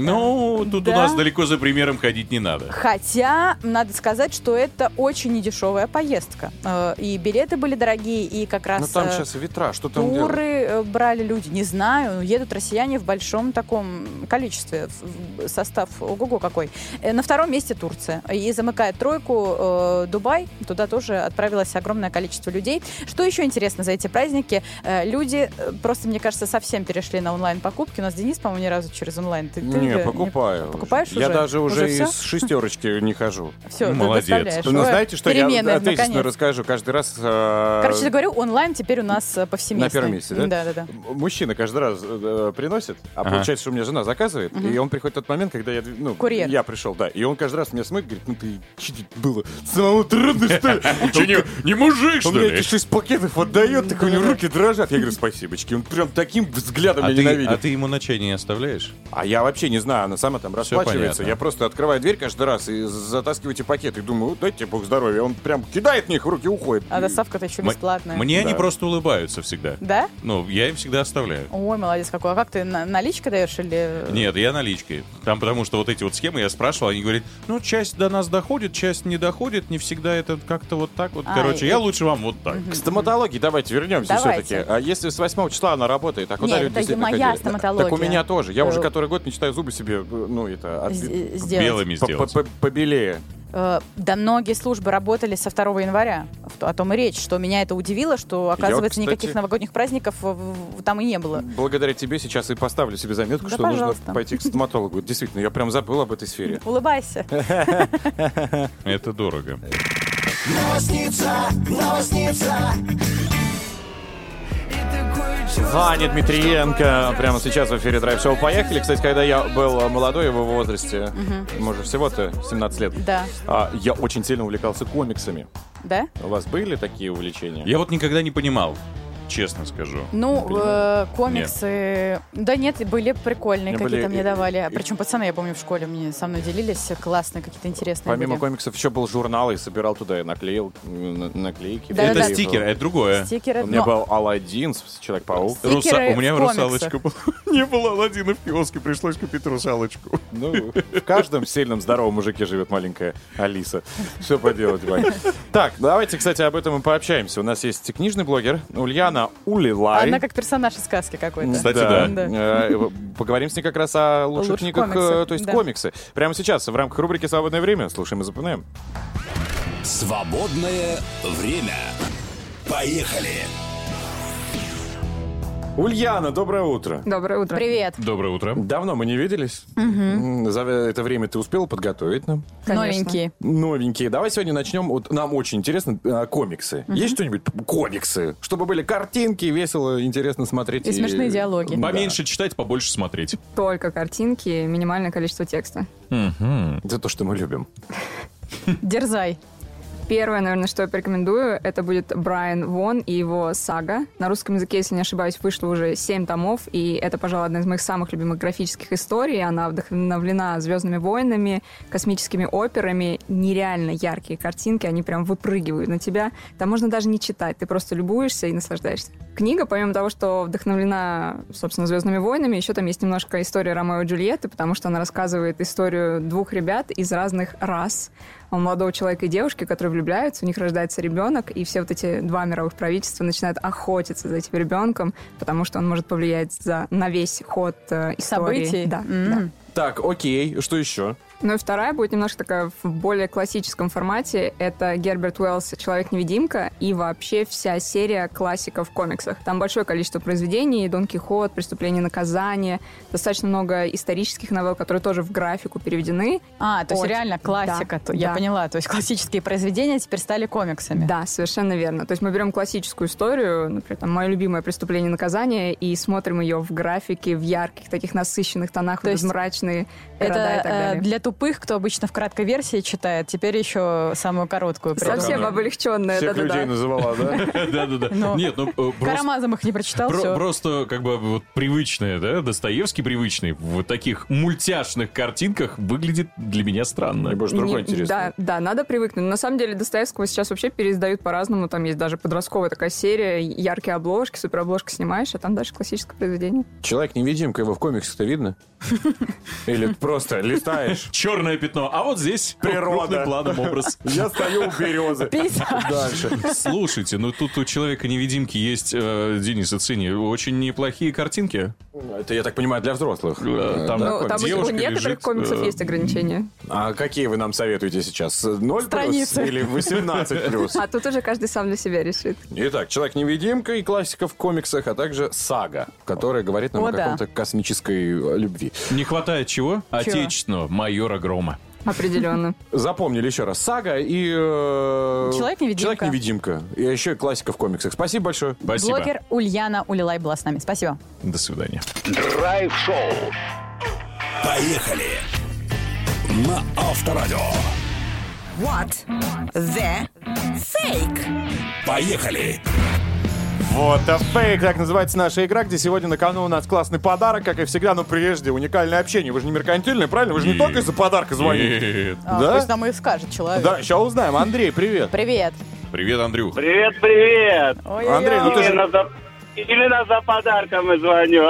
Ну, тут Да. у нас далеко за примером ходить не надо. Хотя, надо сказать, что это очень недешевая поездка. Э, И билеты были дорогие, и как раз Ну там э, сейчас ветра, что там делать? туры э, брали люди. Не знаю, едут россияне в большом таком количестве. В- в Состав ого-го какой. Э, На втором месте Турция. И замыкает тройку э, Дубай. Туда тоже отправилось огромное количество людей. Что еще интересно за эти праздники? Э, Люди э, просто, мне кажется, совсем перешли на онлайн-покупки. У нас Денис, по-моему, ни разу через онлайн. Ты, ты Не, же покупаю. покупаешь Я уже? даже уже, Уже всё? из шестерочки не хожу. Всё, Ну, ты молодец. доставляешь. Ну, Ой, знаете, что перемены, я ответственно наконец. расскажу каждый раз. э, Короче, я говорю, онлайн теперь у нас э, повсеместный. На первом месте, да? Да, да, да. М- Мужчина каждый раз э, приносит, а Ага. получается, что у меня жена заказывает, Мгм. и он приходит в тот момент, когда я, ну, Курьер. я пришел, да, и он каждый раз меня смотрит, говорит, ну ты, что тут было? Самому трудно, что ли? Че, не, не мужик, Он что мне ли? эти шесть пакетов отдает, так у него руки дрожат. Я говорю, спасибочки. Он прям таким взглядом А меня ты, ненавидит. а ты ему на чай не оставляешь? А я вообще не знаю, она сама там Всё расплачивается. понятно. Я просто открываю дверь каждый раз и затаскиваю эти пакеты. И думаю, вот дайте бог здоровья. Он прям кидает мне их в руки и уходит. А доставка-то еще М- бесплатная. Мне они Да. просто улыбаются всегда. Да? Ну, я им всегда оставляю. Ой, молодец какой. А как ты, на- наличкой даешь или... Нет, я наличкой. Там потому что вот эти вот схемы я спрашивал, они говорят, ну, часть до нас доходит, часть не доходит, не всегда это как-то вот так вот. А, Короче, и- я лучше вам вот так. К стоматологии давайте вернемся Давайте. все-таки. А если с восьмого числа она работает, а куда Нет, люди это действительно моя ходили? стоматология. Так у меня тоже. Я уже Э, который год мечтаю зубы себе, э, ну, это... С- отби- сделать. Белыми по- сделать. по- по- Побелее. Э, Да многие службы работали со второго января. В то- О том и речь, что меня это удивило, что, оказывается, кстати- никаких новогодних праздников в- в- там и не было. Благодаря тебе сейчас и поставлю себе заметку, Да, что пожалуйста. нужно пойти к стоматологу. Действительно, я прям забыл об этой сфере. Улыбайся. Это дорого. Новосница, новосница. Ваня Дмитриенко прямо сейчас в эфире Драйв Шоу. Поехали. Кстати, когда я был молодой, в его возрасте, может, всего-то семнадцать лет, Да. а, я очень сильно увлекался комиксами. Да? У вас были такие увлечения? Я вот никогда не понимал. честно скажу. Ну, э, комиксы... Да нет, были прикольные Мне какие-то были- мне давали. Причем пацаны, я помню, в школе мне со мной делились. Классные какие-то интересные Помимо были. комиксов еще был журнал, и собирал туда и наклеил, на- наклейки. Да, это да, да. стикер, это другое. Стикеры. У меня но- был Аладдин, Человек-паук. Стикеры Руса- У меня в русалочка была. Не было Аладдина в киоске, пришлось купить русалочку. Ну, в каждом сильном, здоровом мужике живет маленькая Алиса. Что поделать, Вань? Так, давайте, кстати, об этом и пообщаемся. У нас есть книжный блогер Ульяна Улилай. Она как персонаж из сказки какой-то. Кстати, да. Э, Поговорим с ней как раз о лучших Лучших книгах, комиксах, э, то есть да. комиксы. Прямо сейчас, в рамках рубрики «Свободное время». Слушаем и запоминаем. Свободное время. Поехали. Ульяна, доброе утро. Доброе утро. Привет. Доброе утро. Давно мы не виделись. Мгм. За это время ты успела подготовить нам? Новенькие. Новенькие. Давай сегодня начнем. Вот нам очень интересно э, комиксы. Есть что-нибудь? Комиксы. Чтобы были картинки, весело, интересно смотреть. И смешные диалоги. Да. Поменьше читать, побольше смотреть. Только картинки, минимальное количество текста. Это то, что мы любим. Дерзай. Первое, наверное, что я порекомендую, это будет Брайан Вон и его сага. На русском языке, если не ошибаюсь, вышло уже семь томов, и это, пожалуй, одна из моих самых любимых графических историй. Она вдохновлена «Звездными войнами», космическими операми. Нереально яркие картинки, они прям выпрыгивают на тебя. Там можно даже не читать, ты просто любуешься и наслаждаешься. Книга, помимо того, что вдохновлена, собственно, «Звездными войнами», еще там есть немножко история Ромео и Джульетты, потому что она рассказывает историю двух ребят из разных рас. У молодого человека и девушки, которые влюбляются, у них рождается ребенок, и все вот эти два мировых правительства начинают охотиться за этим ребенком, потому что он может повлиять за, на весь ход э, истории. Событий? Да, М. да. Так, окей. Что еще? Ну и вторая будет немножко такая в более классическом формате. Это Герберт Уэллс «Человек-невидимка» и вообще вся серия классиков в комиксах. Там большое количество произведений. Дон Кихот, «Преступление и наказание». Достаточно много исторических новелл, которые тоже в графику переведены. А, то есть Очень. реально классика. Да, То- Я да. поняла. То есть классические произведения теперь стали комиксами. Да, совершенно верно. То есть мы берем классическую историю, например, там, «Мое любимое преступление и наказание», и смотрим ее в графике, в ярких, таких насыщенных тонах, То есть мрачные Это города и так э, далее. для тупых, кто обычно в краткой версии читает, теперь еще самую короткую придумали. Совсем облегченная, Всех да-да-да. людей называла, да? Да-да-да. Ну, Нет, ну э, просто... Карамазов их не прочитал, Про- все. Просто как бы вот привычное, да, Достоевский привычный, в вот таких мультяшных картинках выглядит для меня странно. Мне больше другое Не- интересно. Да, да, надо привыкнуть. На самом деле Достоевского сейчас вообще переиздают по-разному. Там есть даже подростковая такая серия, яркие обложки, суперобложки снимаешь, а там дальше классическое произведение. Человек-невидимка, его в комиксах-то видно? Или просто листаешь? Черное пятно, а вот здесь Природа. крупным планом образ. Я стою у березы. Дальше. Слушайте, ну тут у Человека-невидимки есть, э, Денис, оцени, очень неплохие картинки. Это, я так понимаю, для взрослых. Э, Там Ну, там у- у девушка некоторых лежит, комиксов э, есть ограничения. А какие вы нам советуете сейчас? Ноль плюс Страницы. или восемнадцать плюс? А тут уже каждый сам для себя решит. Итак, Человек-невидимка и классика в комиксах, а также сага, которая говорит нам О, о да. каком-то космической э, любви. Не хватает чего? Отечественного майора Грома. Определенно. Запомнили еще раз. Сага и... э, Человек-невидимка. Человек-невидимка. И еще и классика в комиксах. Спасибо большое. Спасибо. Блогер Ульяна Улилай была с нами. Спасибо. До свидания. Драйв-шоу. Поехали. На Авторадио. What the fake? Поехали. Вот, а фейк, так называется наша игра, где сегодня на кону у нас классный подарок, как и всегда, но прежде уникальное общение. Вы же не меркантильные, правильно? Вы же не Нет. только из-за подарка звоните. Нет. А, Да? Пусть нам и скажет человек. Да, сейчас узнаем. Андрей, привет. Привет. Привет, Андрюх. Привет, привет. Ой-ой-ой. Андрей, ну ты же... Именно за, именно за подарком и звоню.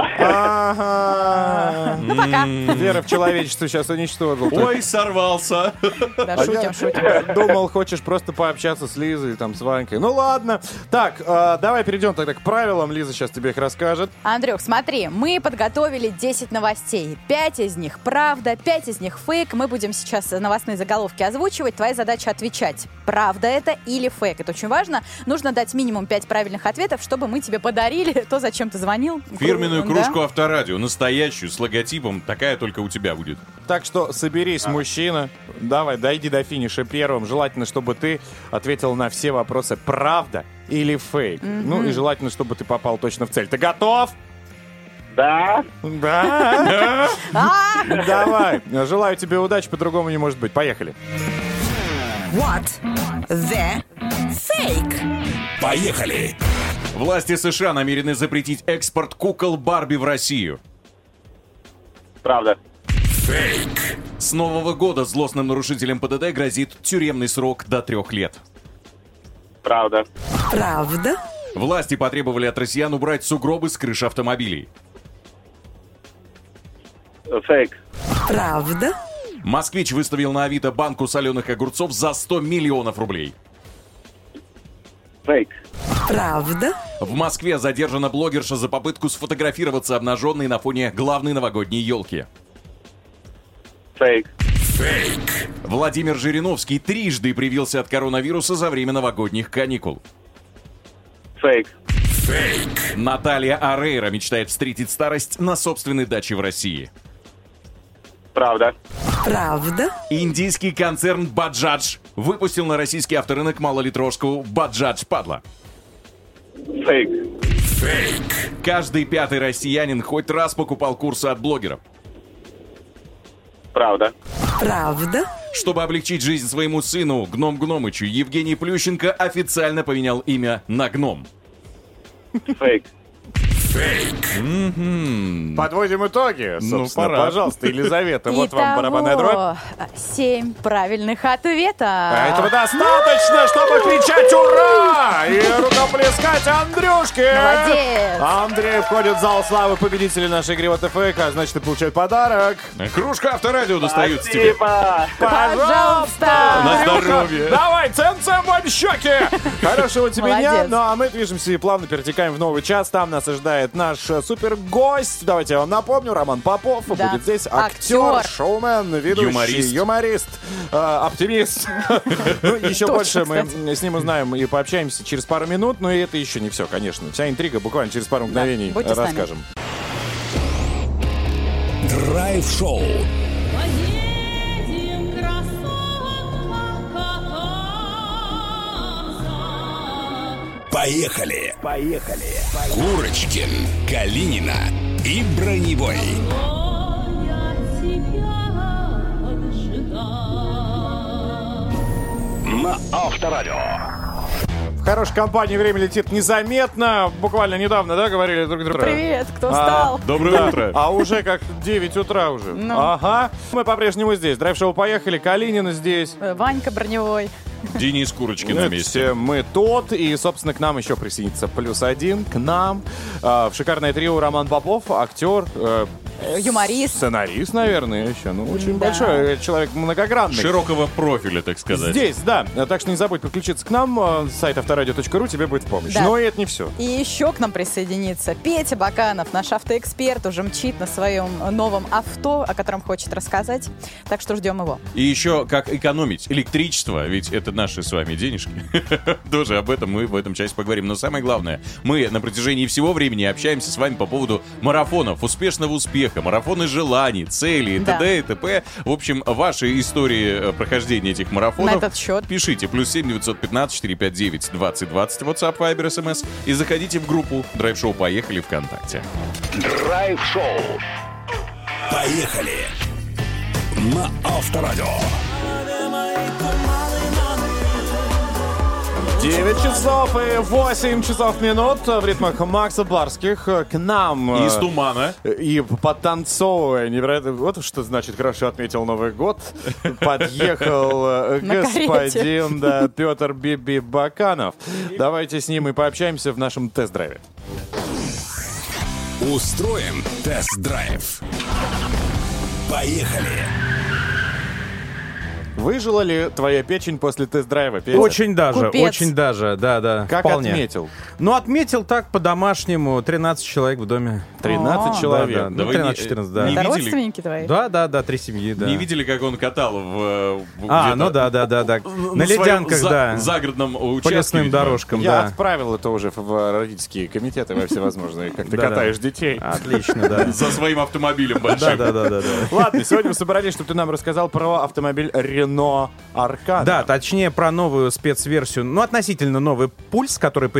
Ага. Ну, пока. Вера в человечество сейчас уничтожил. Ой, сорвался. Да, А шутим, я шутим. думал, хочешь просто пообщаться с Лизой, там, с Ванькой. Ну ладно. Так, э, давай перейдем тогда к правилам. Лиза сейчас тебе их расскажет. Андрюх, смотри, мы подготовили десять новостей. Пять из них правда, пять из них фейк. Мы будем сейчас новостные заголовки озвучивать. Твоя задача отвечать, правда это или фейк. Это очень важно. Нужно дать минимум пять правильных ответов, чтобы мы тебе подарили то, зачем ты звонил. Фирменную Да? кружку Авторадио, настоящую, с логотипом. Такая только у тебя будет. Так что соберись, мужчина. Давай, дойди до финиша первым. Желательно, чтобы ты ответил на все вопросы правда или фейк. Ну и желательно, чтобы ты попал точно в цель. Ты готов? Да. Да. Давай. Желаю тебе удачи, по-другому не может быть. Поехали. What the fake? Поехали. Власти США намерены запретить экспорт кукол Барби в Россию. Правда. Фейк. С нового года злостным нарушителям ПДД грозит тюремный срок до трех лет. Правда. Правда. Власти потребовали от россиян убрать сугробы с крыш автомобилей. Фейк. Правда. Москвич выставил на Авито банку соленых огурцов за сто миллионов рублей. Фейк. Правда. В Москве задержана блогерша за попытку сфотографироваться обнаженной на фоне главной новогодней елки. Фейк. Фейк. Владимир Жириновский трижды привился от коронавируса за время новогодних каникул. Фейк. Фейк. Наталья Орейро мечтает встретить старость на собственной даче в России. Правда. Правда. Индийский концерн Bajaj выпустил на российский авторынок малолитражку Bajaj Падла. Фейк. Фейк. Каждый пятый россиянин хоть раз покупал курсы от блогеров. Правда. Правда. Чтобы облегчить жизнь своему сыну, Гном Гномычу, Евгений Плющенко официально поменял имя на Гном. Фейк. Фейк. Mm-hmm. Подводим итоги. Ну, Собственно, пора. Пожалуйста, Елизавета, вот вам барабанная дробь. Итого, семь правильных ответов. А этого достаточно, чтобы кричать «Ура!» и рукоплескать Андрюшке. Молодец. Андрей входит в зал славы победителей нашей игры «What the Fake», а значит, и получает подарок. Кружка Авторадио достается тебе. Спасибо. Пожалуйста. На Андрюха, здоровье. Давай, цем-цем в обе щеки. Хорошего тебе дня. Молодец. Ну, а мы движемся и плавно перетекаем в новый час. Там нас ожидает наш э, супергость. Давайте я вам напомню. Роман Попов Да. будет здесь. Актер. Актер, шоумен, ведущий, Юморист. юморист, э, оптимист. Ну, еще Точно, больше мы кстати. с ним узнаем и пообщаемся через пару минут. Но и это еще не все, конечно. Вся интрига буквально через пару мгновений будьте с нами. расскажем. Драйв-шоу. Поехали! Поехали! Курочкин, Калинина и Броневой. На Авторадио. В хорошей компании время летит незаметно. Буквально недавно, да, говорили друг другу? Привет, кто А, встал? Доброе Да. утро. А уже как девять утра уже. Ну. Ага. Мы по-прежнему здесь. Драйв-шоу «Поехали». Калинина здесь. Э, Ванька Броневой. Денис Курочкин на Это месте. все мы тот. И, собственно, к нам еще присоединится плюс один. К нам. А, в шикарное трио Роман Попов, актер, э, Э, Юморист. сценарист, наверное, еще. Ну, очень Да. большой э, человек, многогранный. Широкого профиля, так сказать. Здесь, да. Так что не забудь подключиться к нам. э, Сайт авторадио точка ру тебе будет в помощь. Да. Но и это не все. И еще к нам присоединится Петя Баканов, наш автоэксперт, уже мчит на своем новом авто, о котором хочет рассказать. Так что ждем его. И еще как экономить электричество, ведь это наши с вами денежки. Тоже об этом мы в этом часе поговорим. Но самое главное, мы на протяжении всего времени общаемся с вами по поводу марафонов, успешного успеха, марафоны желаний, целей, Да. т.д. и т.п. В общем, ваши истории э, прохождения этих марафонов На этот счет. пишите. Плюс семь девятьсот пятнадцать четыреста пятьдесят девять двадцать двадцать WhatsApp, Viber, эс эм эс. И заходите в группу Драйв-шоу «Поехали» ВКонтакте. Драйв-шоу. Поехали! На Авторадио. девять часов и восемь часов минут в ритмах Макса Барских к нам. Из э, тумана. И подтанцовывая невероятно. Вот что значит хорошо отметил Новый год. Подъехал э, На карете. господин да, Петр Биби Баканов. Давайте с ним и пообщаемся в нашем тест-драйве. Устроим тест-драйв. Поехали! Выжила ли твоя печень после тест-драйва, Петя? Очень даже, Купец. очень даже, да, да. Как вполне. отметил? Ну, отметил так по-домашнему. тринадцать человек в доме. тринадцать О. человек. Да, да. Да Ну, вы тринадцать-четырнадцать, да. не Это видели? родственники твои? Да, да, да, три семьи, да. Не видели, как он катал в... в- А, где-то ну да, да, да, да. на На своем ледянках, за- да. загородном участке. По лесным видимо. дорожкам, Я да. отправил это уже в родительские комитеты во всевозможные, как ты Да-да. катаешь детей. Отлично, да. За своим автомобилем Да, большим. да, да, да, да. Ладно, сегодня мы собрались, чтобы ты нам рассказал про автомобиль Renault Arcana. Да, точнее про новую спецверсию, ну, относительно новый пульс, который появился в Мгм. две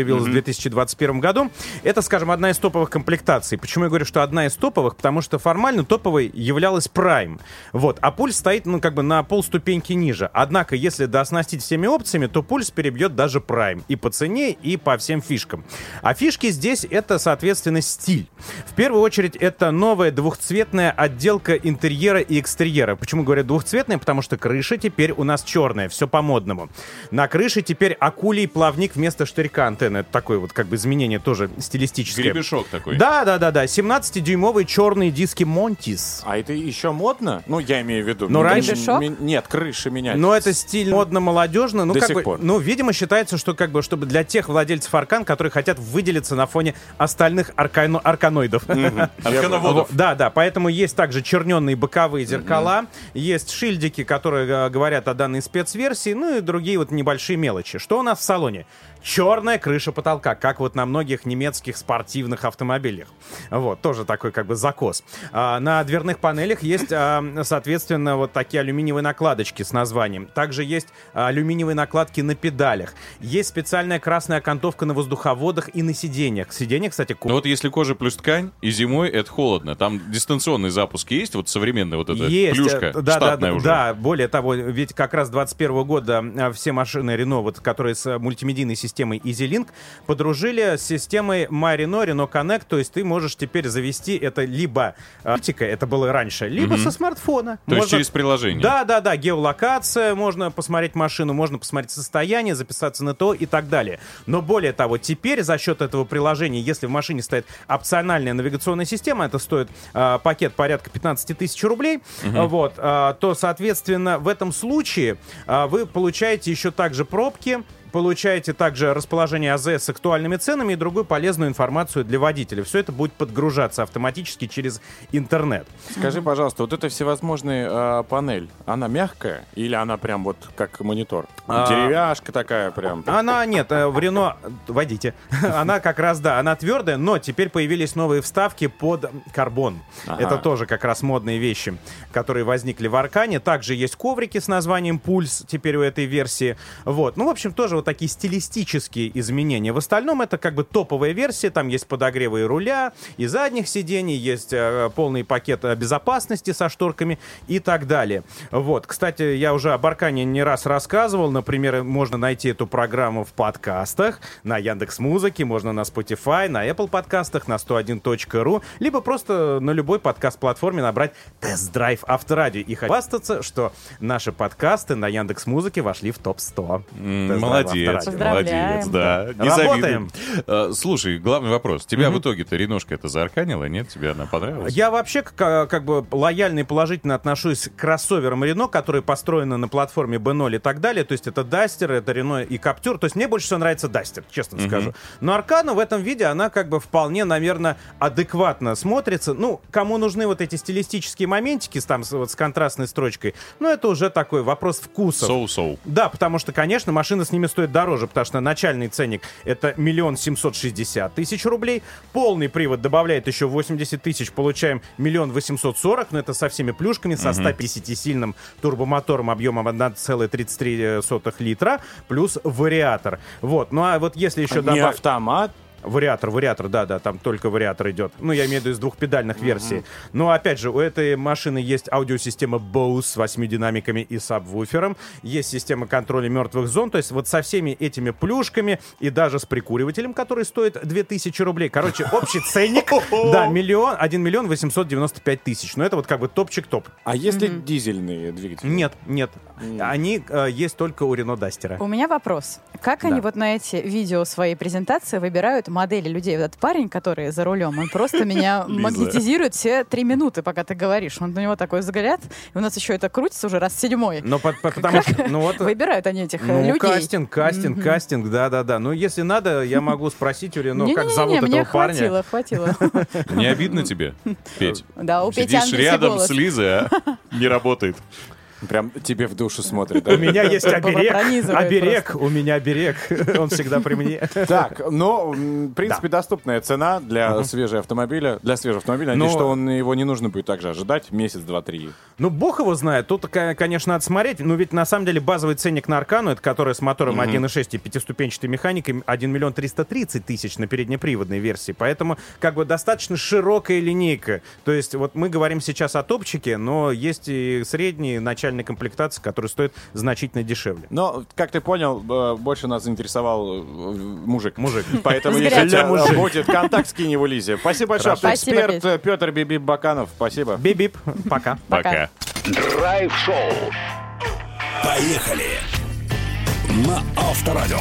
тысячи двадцать первом году. Это, скажем, одна из топовых комплектаций. Почему я говорю, что одна из топовых? Потому что формально топовой являлась Prime. Вот. А пульс стоит, ну, как бы на полступеньки ниже. Однако, если дооснастить всеми опциями, то пульс перебьет даже Prime. И по цене, и по всем фишкам. А фишки здесь — это, соответственно, стиль. В первую очередь, это новая двухцветная отделка интерьера и экстерьера. Почему говорят двухцветная? Потому что крыша теперь у нас черная. Все по-модному. На крыше теперь акулий плавник вместо штырька антенны. Это такое вот как бы изменение тоже стилистическое. Гребешок такой. Да, да, да, да. семнадцатидюймовые черные диски Montis. А это еще модно? Ну, я имею в виду. Но раньше... Ми- нет, крыши менять. Но это стиль модно-молодежно. Ну, До как сих бы, пор. ну, видимо, считается, что как бы, чтобы для тех владельцев аркан, которые хотят выделиться на фоне остальных аркано- арканоидов. Аркановодов. Да, да. Поэтому есть также черненные боковые зеркала, есть шильдики, которые э, говорят о данной спецверсии, ну и другие вот небольшие мелочи. Что у нас в салоне? Черная крыша потолка, как вот на многих немецких спортивных автомобилях. Вот, тоже такой как бы закос. А, на дверных панелях есть, а, соответственно, вот такие алюминиевые накладочки с названием. Также есть алюминиевые накладки на педалях. Есть специальная красная окантовка на воздуховодах и на сиденьях. Сиденья, кстати, Ну вот если кожа плюс ткань, и зимой это холодно. Там дистанционный запуск есть, вот современная вот эта есть, плюшка, да, штатная да, уже. Да, более того, ведь как раз двадцать первого года а, все машины Renault, вот, которые с мультимедийной системой EasyLink, подружили с системой MyRenault, Renault Connect, то есть ты можешь теперь завести это либо, а, это было раньше, либо Мгм. со смартфона. То есть через приложение. Да, да, да, геолокация, можно посмотреть машину, можно посмотреть состояние, записаться на ТО и так далее. Но более того, теперь за счет этого приложения, если в машине стоит опциональная навигационная система, это стоит а, пакет порядка пятнадцать тысяч рублей, Мгм. вот, а, то, соответственно, в этом случае а, вы получаете еще также пробки, получаете также расположение АЗС с актуальными ценами и другую полезную информацию для водителя. Все это будет подгружаться автоматически через интернет. Скажи, пожалуйста, вот эта всевозможная э, панель, она мягкая или она прям вот как монитор? А, Деревяшка такая прям. Она, нет, э, в Рено, водите, она как раз, да, она твердая, но теперь появились новые вставки под карбон. Ага. Это тоже как раз модные вещи, которые возникли в Аркане. Также есть коврики с названием Пульс теперь у этой версии. Вот, ну, в общем, тоже вот такие стилистические изменения. В остальном это как бы топовая версия, там есть подогревы и руля, и задних сидений, есть э, полный пакет э, безопасности со шторками и так далее. Вот, кстати, я уже об Аркане не раз рассказывал, например, можно найти эту программу в подкастах, на Яндекс.Музыке, можно на Spotify, на Apple подкастах, на сто один точка ру, либо просто на любой подкаст-платформе набрать «Тест-драйв Авторадио» и хвастаться, что наши подкасты на Яндекс.Музыке вошли в топ сто. М, Молодец, молодец, да. Не Работаем. завидуем. А, слушай, главный вопрос. Тебя в итоге-то Реношка это заарканила, нет? Тебе она понравилась? Я вообще как, как бы лояльно и положительно отношусь к кроссоверам Renault, которые построены на платформе би ноль и так далее. То есть это Duster, это Renault и Captur. То есть мне больше всего нравится Duster, честно Мгм. скажу. Но Аркана в этом виде, она как бы вполне, наверное, адекватно смотрится. Ну, кому нужны вот эти стилистические моментики с, там, с, вот, с контрастной строчкой, ну, это уже такой вопрос вкусов. Соу-соу. Да, потому что, конечно, машина с ними стоит дороже, потому что начальный ценник это миллион семьсот шестьдесят тысяч рублей. Полный привод добавляет еще восемьдесят тысяч, получаем миллион восемьсот сорок, но это со всеми плюшками, со Мгм. ста пятидесятисильным турбомотором объемом одна целая тридцать три сотых литра, плюс вариатор. Вот, ну а вот если еще Не добавить... автомат? Вариатор, вариатор, да-да, там только вариатор идет. Ну, я имею в виду из двухпедальных версий. Но, опять же, у этой машины есть аудиосистема Bose с восьми динамиками и сабвуфером. Есть система контроля мертвых зон. То есть вот со всеми этими плюшками и даже с прикуривателем, который стоит две тысячи рублей. Короче, общий ценник, да, миллион, один миллион восемьсот девяносто пять тысяч. Но это вот как бы топчик-топ. А если дизельные двигатели? Нет, нет. Они э, есть только у Renault Duster. У меня вопрос. Как Да. они вот на эти видео своей презентации выбирают модели людей? Вот этот парень, который за рулем, он просто меня Лиза. магнетизирует все три минуты, пока ты говоришь. Он, у него такой взгляд, и у нас еще это крутится уже раз седьмой. Но по- по- потому что, ну вот, Выбирают они этих э, ну, людей. кастинг, кастинг, Мгм. кастинг, да-да-да. Ну, если надо, я могу спросить у Рено, как Не-не-не, зовут мне этого парня. хватило, хватило. Не обидно тебе, Петь? Да, у Пети Сидишь ангельский рядом голос. с Лизой, а не работает. Прям тебе в душу смотрит. У меня есть оберег, Пронизывает оберег, у меня оберег, он всегда при мне. Так, ну, в принципе, доступная цена для свежего автомобиля. Для свежего автомобиля. Надеюсь, Но- что он, его не нужно будет также ожидать месяц, два, три. Ну, бог его знает. Тут, ка- конечно, надо смотреть. Но ведь, на самом деле, базовый ценник на Аркану, это которая с мотором Мгм. один и шесть и пятиступенчатой механикой, один миллион триста тридцать тысяч на переднеприводной версии. Поэтому, как бы, достаточно широкая линейка. То есть, вот мы говорим сейчас о топчике, но есть и средние начальные комплектации, которые стоят значительно дешевле. Но, как ты понял, э, больше нас заинтересовал э, мужик. Мужик. Поэтому, Взгляд. если Для э, мужика. будет контакт, скинь его Лизе. Спасибо большое. Хорошо. Спасибо, Эксперт Петр Бибип Баканов. Спасибо. Бип-бип. Пока. Пока. Драйв-шоу. Поехали. На Авторадио.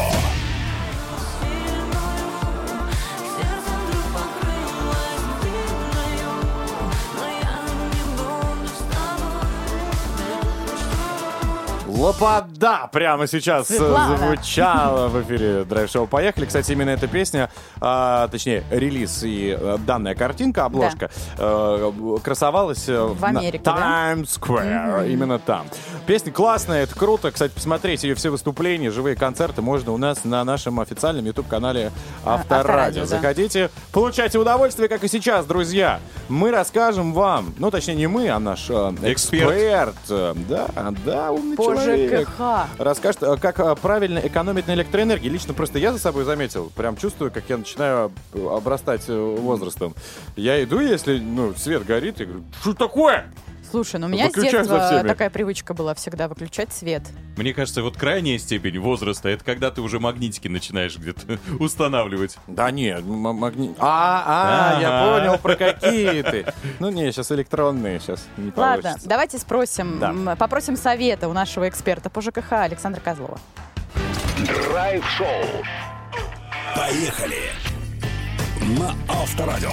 Лопада прямо сейчас э, Светлана. звучала в эфире драйв-шоу «Поехали». Кстати, именно эта песня, а, точнее, релиз и э, данная картинка, обложка, э, красовалась э, В Америке, на да? Times Square. Мгм. Именно там. Песня классная, это круто. Кстати, посмотреть ее все выступления, живые концерты можно у нас на нашем официальном YouTube-канале А, Авторадио. Авторадио, да. Заходите, получайте удовольствие, как и сейчас, друзья. Мы расскажем вам, ну, точнее, не мы, а наш э, Эксперт. эксперт. Э, Да, да, умный По человек. ЖКХ. Расскажет, э, как э, правильно экономить на электроэнергии. Лично просто я за собой заметил, прям чувствую, как я начинаю э, обрастать э, возрастом. Я иду, если ну, свет горит, и говорю, что такое? Слушай, ну у меня с Выключаем за детства всеми. такая привычка была всегда выключать свет. Мне кажется, вот крайняя степень возраста — это когда ты уже магнитики начинаешь где-то устанавливать. Да нет, м- магнит... А, а, я Ага. понял, про какие ты. Ну не, сейчас электронные, сейчас не Ладно, получится. давайте спросим, Да. м, попросим совета у нашего эксперта по ЖКХ Александра Козлова. Драйв-шоу. Поехали. На Авторадио.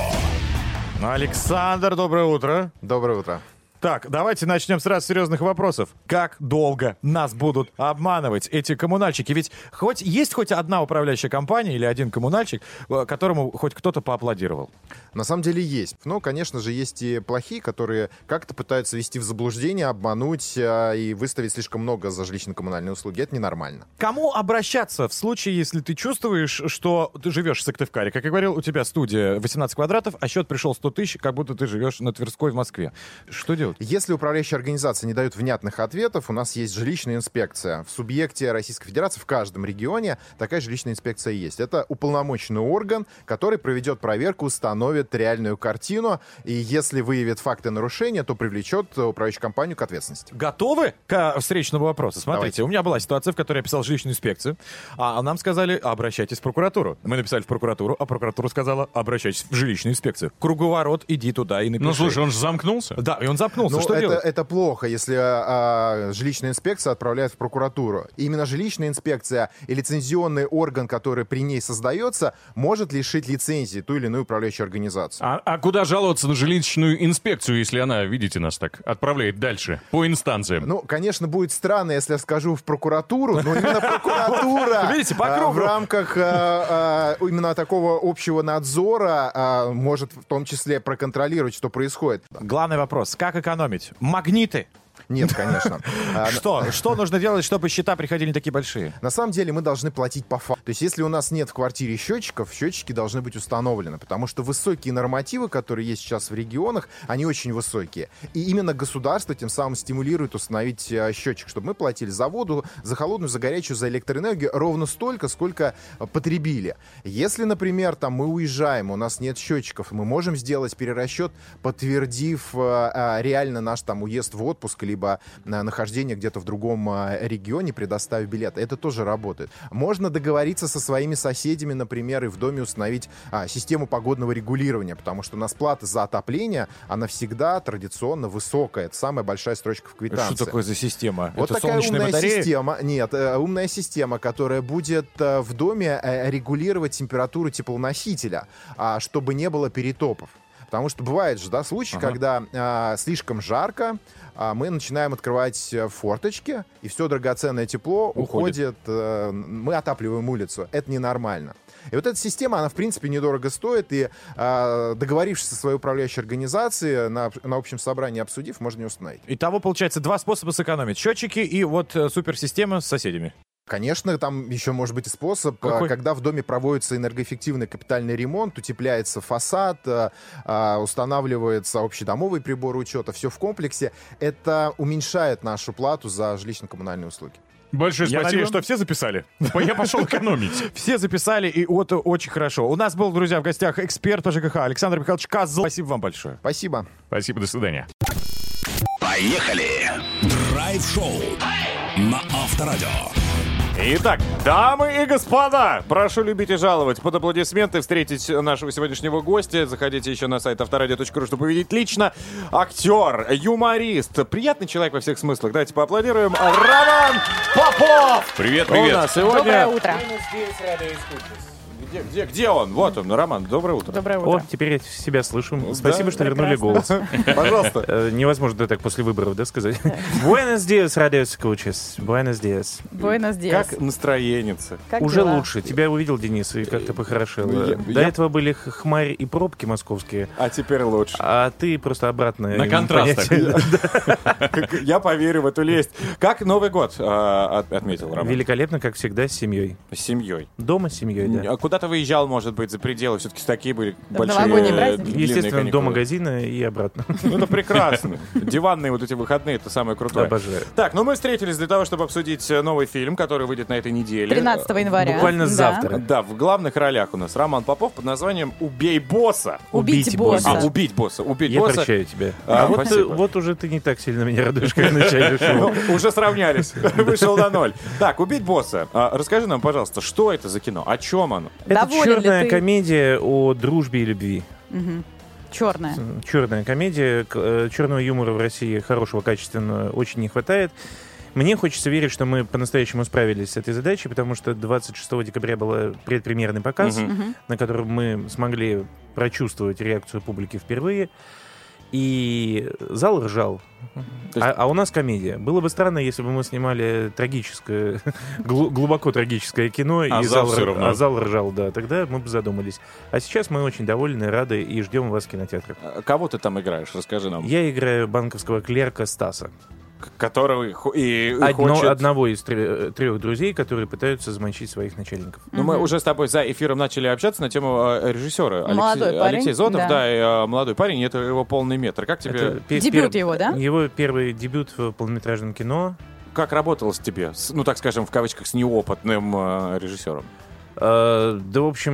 Александр, доброе утро. Доброе утро. Так, давайте начнем сразу с серьезных вопросов. Как долго нас будут обманывать эти коммунальщики? Ведь хоть есть хоть одна управляющая компания или один коммунальщик, э, которому хоть кто-то поаплодировал? На самом деле есть. Но, конечно же, есть и плохие, которые как-то пытаются ввести в заблуждение, обмануть а, и выставить слишком много за жилищно-коммунальные услуги. Это ненормально. Кому обращаться в случае, если ты чувствуешь, что ты живешь в Сыктывкаре? Как я говорил, у тебя студия восемнадцать квадратов, а счет пришел сто тысяч, как будто ты живешь на Тверской в Москве. Что делать? Если управляющие организации не дают внятных ответов, у нас есть жилищная инспекция. В субъекте Российской Федерации в каждом регионе такая жилищная инспекция есть. Это уполномоченный орган, который проведет проверку, установит реальную картину, и если выявит факты нарушения, то привлечет управляющую компанию к ответственности. Готовы к встречному вопросу? Смотрите, Давайте. у меня была ситуация, в которой я писал жилищную инспекцию, а нам сказали, обращайтесь в прокуратуру. Мы написали в прокуратуру, а прокуратура сказала, обращайтесь в жилищную инспекцию. Круговорот, иди туда и напиши. Ну, слушай, он же замкнулся. Да, и он замкнулся. Ну, Что это, делать? это плохо, если а, а, жилищная инспекция отправляет в прокуратуру. И именно жилищная инспекция и лицензионный орган, который при ней создается, может лишить лицензии ту или иную управляющую организацию. А, а куда жаловаться на жилищную инспекцию, если она, видите, нас так отправляет дальше, по инстанциям? Ну, конечно, будет странно, если я скажу в прокуратуру, но именно прокуратура Видите, по а, кругу. в рамках а, а, именно такого общего надзора а, может в том числе проконтролировать, что происходит. Главный вопрос, как экономить? Магниты? Нет, конечно. А, Что? Что нужно делать, чтобы счета приходили не такие большие? На самом деле мы должны платить по факту. То есть если у нас нет в квартире счетчиков, счетчики должны быть установлены, потому что высокие нормативы, которые есть сейчас в регионах, они очень высокие. И именно государство тем самым стимулирует установить э, счетчик, чтобы мы платили за воду, за холодную, за горячую, за электроэнергию ровно столько, сколько э, потребили. Если, например, там мы уезжаем, у нас нет счетчиков, мы можем сделать перерасчет, подтвердив э, э, реально наш там уезд в отпуск, либо на нахождение где-то в другом а, регионе, предоставив билеты. Это тоже работает. Можно договориться со своими соседями, например, и в доме установить а, систему погодного регулирования, потому что у нас плата за отопление, она всегда традиционно высокая. Это самая большая строчка в квитанции. Что такое за система? Вот Это такая солнечные умная батареи? система. Нет, э, умная система, которая будет э, в доме э, регулировать температуру теплоносителя, а, чтобы не было перетопов. Потому что бывает же, да, случай, Ага. когда а, слишком жарко, а, мы начинаем открывать э, форточки, и все драгоценное тепло Уходит. уходит, э, мы отапливаем улицу. Это ненормально. И вот эта система, она, в принципе, недорого стоит, и э, договорившись со своей управляющей организацией, на, на общем собрании обсудив, можно ее установить. Итого, получается, два способа сэкономить. Счетчики и вот э, суперсистема с соседями. Конечно, там еще может быть и способ, Какой? когда в доме проводится энергоэффективный капитальный ремонт, утепляется фасад, устанавливается общедомовый прибор учета, все в комплексе. Это уменьшает нашу плату за жилищно-коммунальные услуги. Большое Я спасибо, надеюсь- что все записали. Я пошел экономить. Все записали, и вот очень хорошо. У нас был, друзья, в гостях эксперт по ЖКХ Александр Михайлович Козлов. Спасибо вам большое. Спасибо. Спасибо, до свидания. Поехали! Драйв-шоу на Авторадио. Итак, дамы и господа, прошу любить и жаловать. Под аплодисменты встретить нашего сегодняшнего гостя. Заходите еще на сайт авторадио точка ру, чтобы увидеть лично. Актер, юморист, приятный человек во всех смыслах. Давайте поаплодируем. Роман Попов! Привет, У привет. нас сегодня... Доброе утро. Где, где, где он? Вот он, Роман. Доброе утро. Доброе О, утро. теперь я себя слышу. Спасибо, Да? что вернули голос. Пожалуйста. Э, Невозможно да, так после выборов, да, сказать? Buenos dias, Radio Escuchas. Buenos dias. Буэнос диас. Как настроенница? Как Уже дела? лучше. Тебя увидел, Денис, и как-то похорошело. Я- До я- этого были х- хмарь и пробки московские, А теперь лучше. а ты просто обратно. На контрастах. Я поверю в эту лесть. Как Новый год а, от- отметил Роман? Великолепно, как всегда, с семьей. С семьей. Дома с семьей, да. А куда ты выезжал, может быть, за пределы? Все-таки такие были В большие, новогодние э, праздники? длинные Естественно, до каникулы. магазина и обратно. Ну, это прекрасно. Диванные вот эти выходные, это самое крутое. Обожаю. Так, ну мы встретились для того, чтобы обсудить э, новый фильм, который выйдет на этой неделе. тринадцатого января. Буквально Да. завтра. Да, в главных ролях у нас Роман Попов под названием «Убей босса». Убить Убить босса. А, убить босса, убить Я босса. прощаю тебя. А, А вот, спасибо. ты- вот уже ты не так сильно меня радуешь, как в начале шоу. Ну, уже сравнялись. Вышел на ноль. Так, «Убить босса». А, расскажи нам, пожалуйста, что это за кино? О чем оно? Это Доволен ли черная ты? комедия о дружбе и любви. Мгм. Черная. Черная комедия. К- э, Черного юмора в России хорошего, качественного очень не хватает. Мне хочется верить, что мы по-настоящему справились с этой задачей, потому что двадцать шестого декабря был предпремьерный показ, Мгм. Мгм. на котором мы смогли прочувствовать реакцию публики впервые. И зал ржал. есть- А, а у нас комедия. Было бы странно, если бы мы снимали трагическое, глу- глубоко трагическое кино, А и зал зал, всё р- равно. а зал ржал, да. Тогда мы бы задумались. А сейчас мы очень довольны, рады и ждем вас в кинотеатрах. А, Кого ты там играешь? Расскажи нам. Я играю банковского клерка Стаса. К- Который хо- и, и Одно- хочет... Одного из тре- трех друзей, которые пытаются замочить своих начальников. Ну, мы уже с тобой за эфиром начали общаться на тему э, режиссера. Молодой Алексей, парень, Алексей Зотов, да. да, и, э, молодой парень, и это его полный метр. Как тебе... Это пе- Дебют пер- его, да? Его первый дебют в полнометражном кино. Как работалось тебе, с, ну, так скажем, в кавычках, с неопытным э, режиссером? Э, Да, в общем,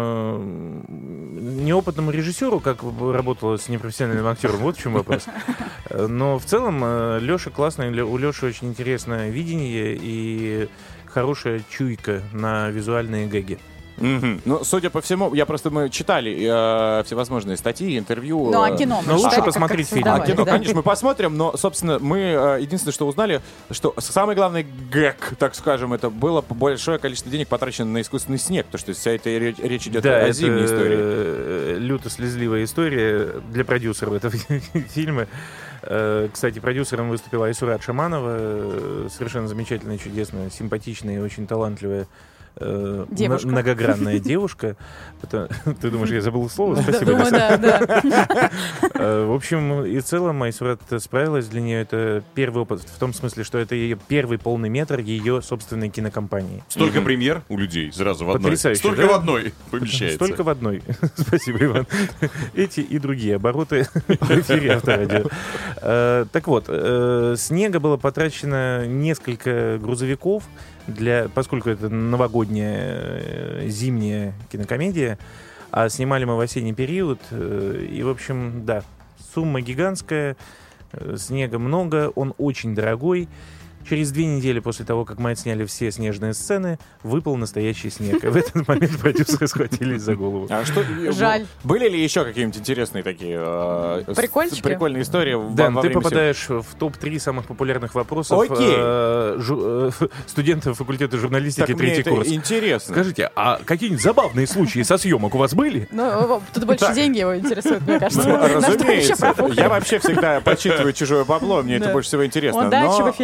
э, неопытному режиссеру, как бы работало с непрофессиональным актером, вот в чем вопрос. Э, Но в целом Леша классный, Лё- у Леши очень интересное видение и хорошая чуйка на визуальные гэги. Мгм. Ну, судя по всему, я просто, мы читали э, всевозможные статьи, интервью. Ну, а э, кино мы Но лучше читали, как- посмотреть как фильм. А создавали, кино, да? конечно, мы посмотрим, но, собственно, мы э, единственное, что узнали, что самый главный гэг, так скажем, это было большое количество денег потрачено на искусственный снег, потому что вся эта речь, речь идет Да, о это зимней истории. э, люто-слезливая история для продюсеров этого фильма. Э, Кстати, продюсером выступила Айсурат Шаманова, э, совершенно замечательная, чудесная, симпатичная и очень талантливая э, Девушка. м- многогранная девушка. Это- Ты думаешь, я забыл слово? Спасибо. Думаю, Лиса. да, да. Э, В общем и целом Айсурат справилась. Для нее это первый опыт в том смысле, что это ее первый полный метр ее собственной кинокомпании. Столько премьер у людей сразу в одной. Потрясающе, Столько да? в одной помещается. Столько в одной. Спасибо, Иван. Эти и другие обороты в эфире Авторадио. Э, Так вот, э, снега было потрачено несколько грузовиков, для, поскольку это новогодняя э, зимняя кинокомедия, а снимали мы в осенний период. э, И, в общем, да, сумма гигантская, э, снега много, он очень дорогой. Через две недели после того, как мы отсняли все снежные сцены, выпал настоящий снег. И в этот момент продюсеры схватились за голову. А что, Жаль. Были ли еще какие-нибудь интересные такие э, с- Прикольчики? прикольные истории во- Да, во ты время попадаешь в топ три самых популярных вопросов Окей. э, жу- э, студентов факультета журналистики Так, мне третий это курс. интересно. Скажите, а какие-нибудь забавные случаи со съемок у вас были? Ну, тут больше Так. деньги его интересуют, мне кажется. Ну, На что еще разумеется. профукали? Я вообще всегда подсчитываю чужое бабло, мне это Да. больше всего интересно. Он дачи но- в эфире продает.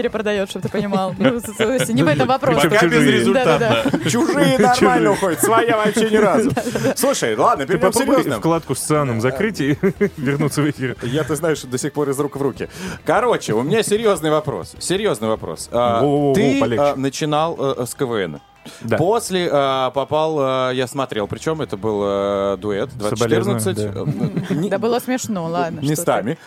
уходят, чтобы ты понимал. Ну, то есть не в этом вопрос. Пока безрезультатно. Да-да-да. Чужие нормально уходят, своя вообще ни разу. Слушай, ладно, Ты перейдем к попробуй серьезным. вкладку с цианом закрыть и вернуться в эфир. Я, ты знаешь, до сих пор из рук в руки. Короче, у меня серьезный вопрос. Серьезный вопрос. А, Во-во-во, Ты полегче. а, начинал а, с КВН. Да. После а, попал, а, я смотрел, причем это был а, дуэт двадцать четырнадцать. Соболезную, Да было смешно, ладно. что Местами.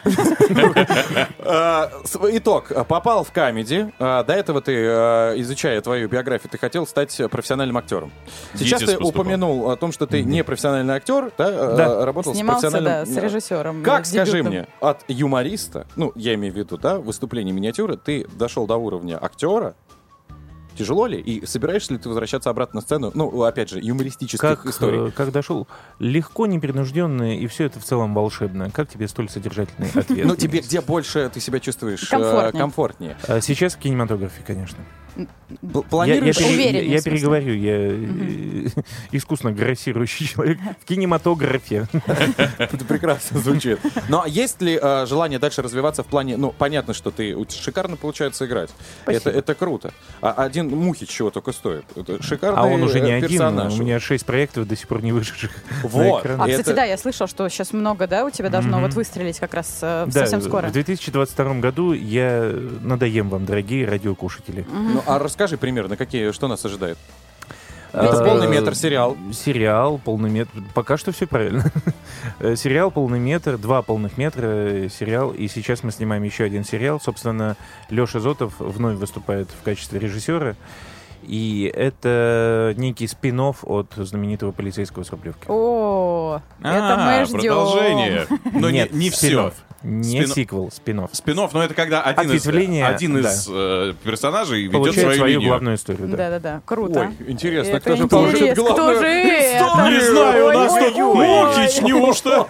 А, с- Итог. Попал в камеди. А, До этого ты, а, изучая твою биографию, ты хотел стать профессиональным актером. Сейчас Витязь ты поступал. упомянул о том, что ты не профессиональный актер, да? а, Да. Работал с Снимался, профессиональным... да, с режиссером. Как, э, скажи дебютным. мне, от юмориста, ну, я имею в виду, да, выступление миниатюры, ты дошел до уровня актера? Тяжело ли? И собираешься ли ты возвращаться обратно на сцену? Ну, опять же, юмористических Как, историй. э, как дошел? Легко, непринужденно, и все это в целом волшебно. Как тебе столь содержательный ответ? Ну, тебе где больше ты себя чувствуешь э, Комфортнее. комфортнее? А Сейчас в кинематографе, конечно. Б- Я, я, Планируешь... пере- Увереннее, я в смысле. переговорю, я э, искусно грассирующий человек в кинематографе. Это прекрасно звучит. Но есть ли э, желание дальше развиваться в плане... Ну, понятно, что ты у тебя шикарно получается играть. Это, это круто. А один Мухич чего только стоит. Это шикарный А он уже не э, один, персонаж. у меня шесть проектов до сих пор не вышедших на Вот. экран. А, Это- кстати, да, я слышал, что сейчас много, да, у тебя должно Мгм. вот выстрелить как раз э, Да, совсем скоро. в две тысячи двадцать втором году я надоем вам, дорогие радиокушатели. Ну, а расскажи примерно, какие, что нас ожидает? А, Это полный метр сериал. Сериал, полный метр. Пока что все правильно. Э, Сериал, полный метр, два полных метра, э, сериал. И сейчас мы снимаем еще один сериал. Собственно, Леша Зотов вновь выступает в качестве режиссера. И это некий спин-офф от знаменитого полицейского с Рублевки. О, это А, мы ждем. продолжение. Но Нет, не, не все. спин-офф. Не Спин- сиквел, спин-офф. Спин-офф, но это когда один из, Ответвление, один да. из э, персонажей ведет Получает свою, свою линию. главную историю. Да. Да-да-да, круто. Ой, интересно, Это кто же интересно, получит кто главную же это? историю? Не знаю, у нас тут Ой-ой-ой. Мухич, неужто?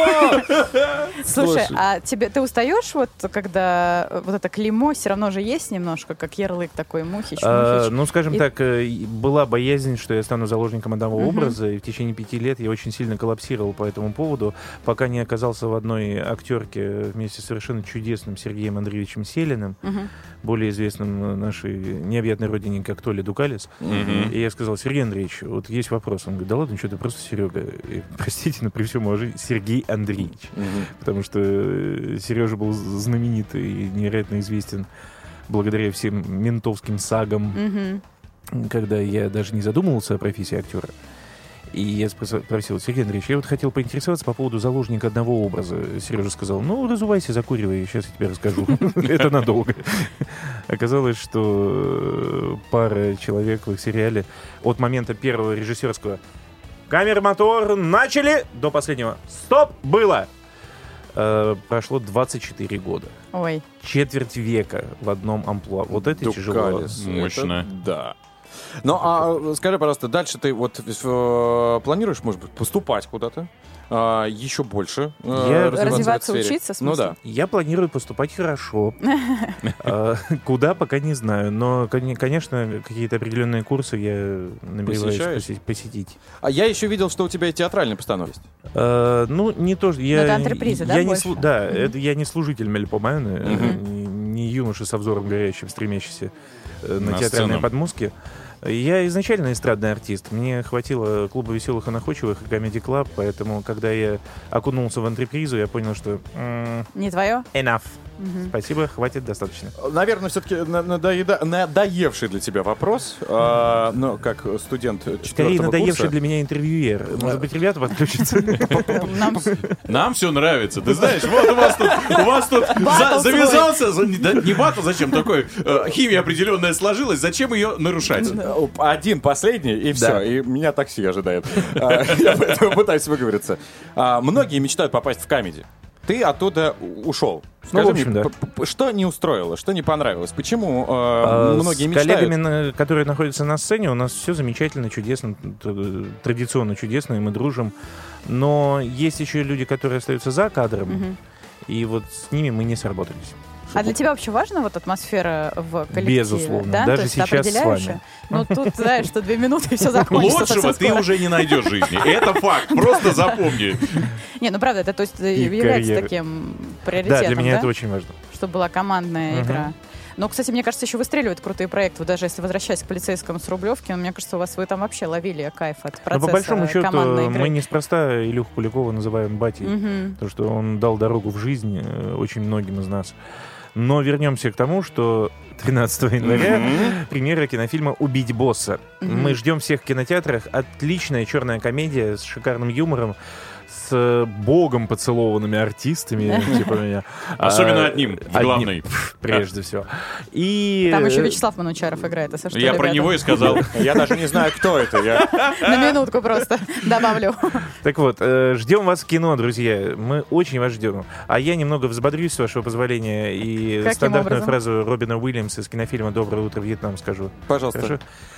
Слушай, а тебе ты устаешь вот, когда э, вот это клеймо все равно же есть немножко, как ярлык такой Мухич, А, Мухич? ну, скажем И- так, э, и была боязнь, что я стану заложником одного Мгм. образа, и в течение пяти лет я очень сильно коллапсировал по этому поводу, пока не оказался в одной актерке вместе с совершенно чудесным Сергеем Андреевичем Селиным, Мгм. более известным на нашей необъятной родине как Толя Дукалис. Мгм. И я сказал: Сергей Андреевич, вот есть вопрос. Он говорит: да ладно, что ты просто Серега. И, простите, но при всем уважении, Сергей Андреевич. Потому что э, Сережа был знаменит и невероятно известен благодаря всем ментовским сагам, Мгм. когда я даже не задумывался о профессии актера. И я спрос- спросил: Сергей Андреевич, я вот хотел поинтересоваться по поводу заложника одного образа. Сережа сказал: ну, разувайся, закуривай, сейчас я тебе расскажу. Это надолго. Оказалось, что э, пара человек в их сериале от момента первого режиссерского «Камера, мотор, начали!» до последнего «Стоп!» было. Э, Прошло двадцать четыре года. Ой. Четверть века в одном амплуа. Вот это тяжело. Дукалис. Мощно. Это да. Ну, а скажи, пожалуйста, дальше ты вот э, планируешь, может быть, поступать куда-то? А, еще больше э, Я- развиваться, в этой Развиваться, сфере? учиться, в Ну смысле? да. Я планирую поступать хорошо. А, Куда, пока не знаю. Но, коне- конечно, какие-то определенные курсы я намереваюсь Посещаешь? посе- посетить. А я еще видел, что у тебя и театральная постановка есть. А, Ну, не то, что я... это антреприза, да, я не больше? слу- Да, Мгм. это я не служитель Мельпомена, Мгм. не, не юноша со взором горящим, стремящийся э, на, На театральные сцену. подмостки. Я изначально эстрадный артист. Мне хватило клуба веселых и находчивых и Comedy Club, поэтому, когда я окунулся в антрепризу, я понял, что м, Не твое? enough. Мгм. Спасибо, хватит, достаточно. Наверное, все-таки надоеда... надоевший для тебя вопрос, а, но как студент Скорее, четвертого надоевший курса. для меня интервьюер. Может быть, ребята подключатся? Нам Нам все нравится. Ты знаешь, вот у вас тут, у вас тут за- завязался, за- да, не батл, зачем такой, э, химия определенная сложилась, зачем ее нарушать? Один последний, и все. Да. И меня такси ожидает. А, Я поэтому пытаюсь выговориться. А, Многие мечтают попасть в камеди. Ты оттуда у- ушел. Скажи Ну, в общем, мне, да. п- п- что не устроило, что не понравилось? Почему э, А, многие С мечтают? коллегами, на- которые находятся на сцене, у нас все замечательно, чудесно, т- традиционно чудесно, и мы дружим. Но есть еще люди, которые остаются за кадром, Мгм. и вот с ними мы не сработались. А для тебя вообще важна вот атмосфера в коллективе? Безусловно. Да? Даже То есть сейчас с определяющая? вами. Ну, тут, знаешь, что две минуты и все закончится. Лучшего совсем ты скоро. уже не найдешь в жизни. Это факт. Просто запомни. Не, ну правда, это то есть И является карьера. таким приоритетом, Да, для меня да? это очень важно. чтобы была командная Мгм. игра. Но, кстати, мне кажется, еще выстреливают крутые проекты. Вот даже если возвращаясь к полицейскому с Рублевки, мне кажется, у вас вы там вообще ловили кайф от Но процесса по большому счету командной игры. мы неспроста Илюху Куликова называем батей, Мгм. потому что он дал дорогу в жизнь э, очень многим из нас. Но вернемся к тому, что тринадцатого января Мгм. премьера кинофильма «Убить босса». Мгм. Мы ждем всех в кинотеатрах. Отличная черная комедия с шикарным юмором, с богом поцелованными артистами, типа меня. Особенно А, одним, в главной. Прежде всего. И... Там еще э, Вячеслав Манучаров играет, если что, Я про ребята. него и сказал. Я даже не знаю, кто это. Я... На минутку просто добавлю. Так вот, э, ждем вас в кино, друзья. Мы очень вас ждем. А я немного взбодрюсь, с вашего позволения, и Каким стандартную образом? фразу Робина Уильямса из кинофильма «Доброе утро, Вьетнам» скажу. Пожалуйста. Хорошо?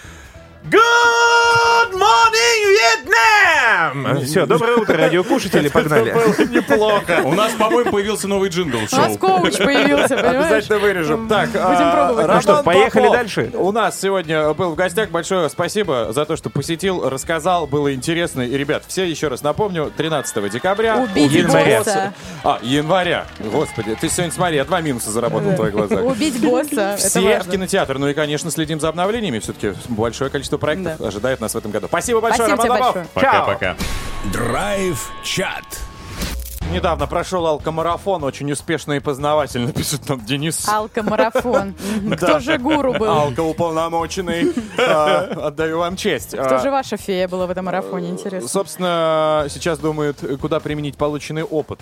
Good morning, Vietnam! Все, доброе утро, радиокушатели, погнали. Это было неплохо. У нас, по-моему, появился новый джингл в У нас шоу. коуч появился, понимаешь? Обязательно вырежем. Так, Будем а, пробовать. Роман Ну что, поехали Попов дальше? У нас сегодня был в гостях. Большое спасибо за то, что посетил, рассказал. Было интересно. И, ребят, все еще раз напомню, тринадцатого декабря. Убить января. босса. А, января. Господи, ты сегодня, смотри, я два минуса заработал в твоих глазах. Убить босса. Это Все в важно. кинотеатр. Ну и, конечно, следим за обновлениями. Все-таки большое количество проектов Да. ожидает нас в этом году. Спасибо большое, Спасибо Роман тебе Попов. большое. Чао. Пока-пока. Драйв-чат. Недавно прошел алкомарафон, очень успешно и познавательно, пишет нам Денис. Алкомарафон. Мгм. Кто же гуру был? Алкоуполномоченный. А, Отдаю вам честь. Кто А, же ваша фея была в этом марафоне, интересно? Собственно, сейчас думают, куда применить полученный опыт.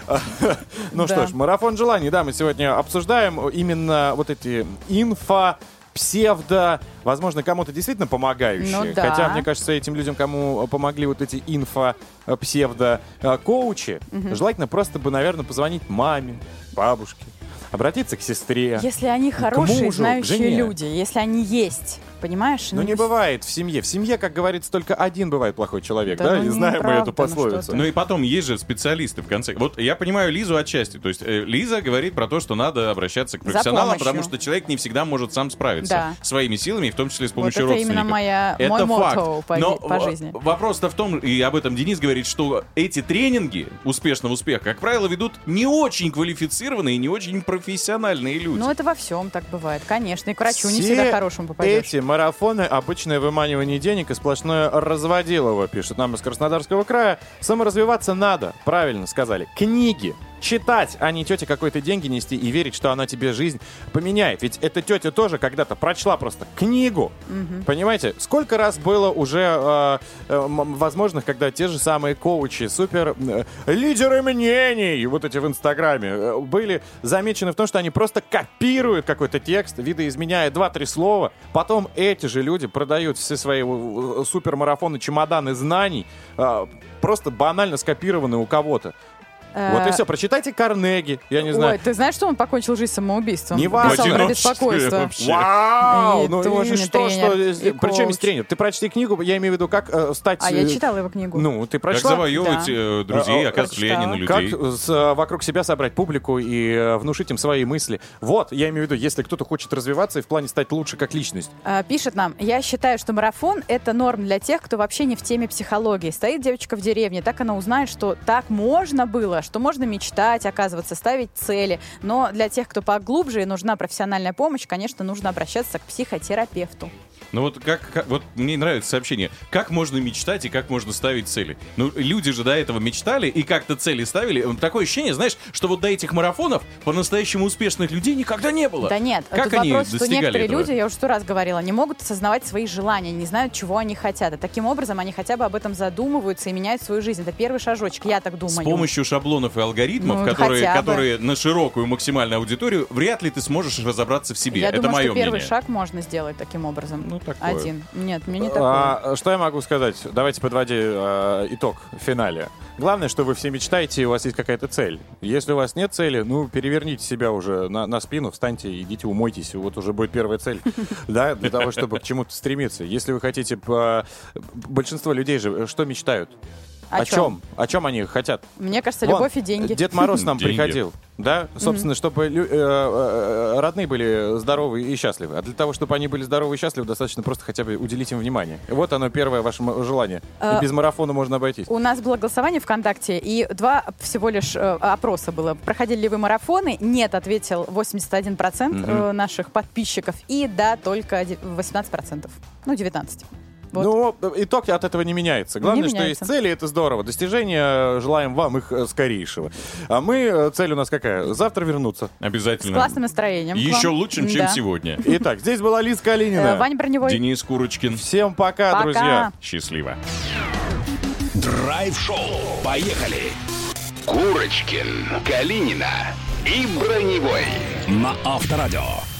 Ну Да. что ж, марафон желаний. Да, мы сегодня обсуждаем именно вот эти инфо, псевдо, возможно, кому-то действительно помогающие. Ну да. Хотя, мне кажется, этим людям, кому помогли вот эти инфо, псевдо коучи, желательно просто бы, наверное, позвонить маме, бабушке, обратиться к сестре. Если они к хорошие, мужу, к знающие жене. люди, если они есть, понимаешь? Ну, не бывает в семье. В семье, как говорится, только один бывает плохой человек, Да да? ну, И знаем мы неправда, эту ну пословицу. что ты. Ну и потом есть же специалисты в конце. Вот я понимаю Лизу отчасти. То есть э, Лиза говорит про то, что надо обращаться к За профессионалам, помощью. потому что человек не всегда может сам справиться Да. своими силами, в том числе с Вот помощью это родственников. именно моя, Это мой факт. мотто по, Но по жизни. в- вопрос-то в том, и об этом Денис говорит, что эти тренинги успешного успеха, как правило, ведут не очень квалифицированные и не очень профессиональные люди. Ну, это во всем так бывает, конечно. И к врачу не Все всегда хорошему попадешь. эти марафоны — обычное выманивание денег и сплошное разводилово, пишет нам из Краснодарского края. Саморазвиваться надо, правильно сказали. Книги. Читать, а не тете какой-то деньги нести и верить, что она тебе жизнь поменяет. Ведь эта тетя тоже когда-то прочла просто книгу. Мгм. Понимаете? Сколько раз было уже э, э, м- возможных, когда те же самые коучи, супер э, лидеры мнений, вот эти в Инстаграме, э, были замечены в том, что они просто копируют какой-то текст, видоизменяя два-три слова. Потом эти же люди продают все свои э, супермарафоны, чемоданы знаний, э, просто банально скопированные у кого-то. Вот и все. Прочитайте Карнеги. Я не знаю. Ой, ты знаешь, что он покончил жизнь самоубийством? Не важно. Писал про Одиночестве беспокойство. вообще. Вау! И Ну тоже и не что, тренер, что, и э, причем коуч. есть тренер? Ты прочти книгу, я имею в виду, как э, стать... А я э, читала его книгу. Ну, ты Как прочла? завоевывать Да. э, друзей, Э, оказывать влияние на людей. Как с, э, вокруг себя собрать публику и э, внушить им свои мысли. Вот, я имею в виду, если кто-то хочет развиваться и в плане стать лучше как личность. А, Пишет нам, я считаю, что марафон — это норм для тех, кто вообще не в теме психологии. Стоит девочка в деревне, так она узнает, что так можно было, что можно мечтать, оказываться, ставить цели. Но для тех, кто поглубже и нужна профессиональная помощь, конечно, нужно обращаться к психотерапевту. Ну вот как, как- вот мне нравится сообщение. Как можно мечтать и как можно ставить цели? Ну, люди же до этого мечтали и как-то цели ставили. Такое ощущение, знаешь, что вот до этих марафонов по-настоящему успешных людей никогда не было. Да нет, Как тут они вопрос, что достигали некоторые этого? люди, я уже сто раз говорила, не могут осознавать свои желания, не знают, чего они хотят. И таким образом они хотя бы об этом задумываются и меняют свою жизнь. Это первый шажочек, я так думаю. С помощью шаблонов и алгоритмов, Ну, которые, хотя бы. которые на широкую максимальную аудиторию, вряд ли ты сможешь разобраться в себе. Я Это думаю, мое что первый мнение. шаг можно сделать таким образом. Ну, такое. Один. Нет, мне не такое. А, что я могу сказать? Давайте подводи э, итог в финале. Главное, что вы все мечтаете, и у вас есть какая-то цель. Если у вас нет цели, ну, переверните себя уже на, на спину, встаньте, идите, умойтесь. Вот уже будет первая цель, да, для того, чтобы к чему-то стремиться. Если вы хотите... по- Большинство людей же что мечтают? О О чем? чем? О чем они хотят? Мне кажется, Вон, любовь и деньги. Дед Мороз нам Деньги. приходил. Да, собственно, чтобы лю- э, э, родные были здоровы и счастливы. А для того, чтобы они были здоровы и счастливы, достаточно просто хотя бы уделить им внимание. И вот оно первое ваше м- желание. А, И без марафона можно обойтись. У нас было голосование ВКонтакте, и два всего лишь э, опроса было. Проходили ли вы марафоны? Нет, ответил восемьдесят один процент Мгм. э, наших подписчиков. И да, только де- восемнадцать процентов. Ну, девятнадцать. Вот. Ну, итог от этого не меняется. Главное, Не что меняется. есть цели, это здорово. Достижения, желаем вам их э, скорейшего. А мы, э, цель у нас какая? Завтра вернуться. С Обязательно. классным настроением. к Еще вам. лучшим, чем Да. сегодня. Итак, здесь была Лиза Калинина. Э, Ваня Броневой. Денис Курочкин. Всем пока, Пока. друзья. Счастливо. Драйв-шоу. Поехали. Курочкин, Калинина и Броневой на Авторадио.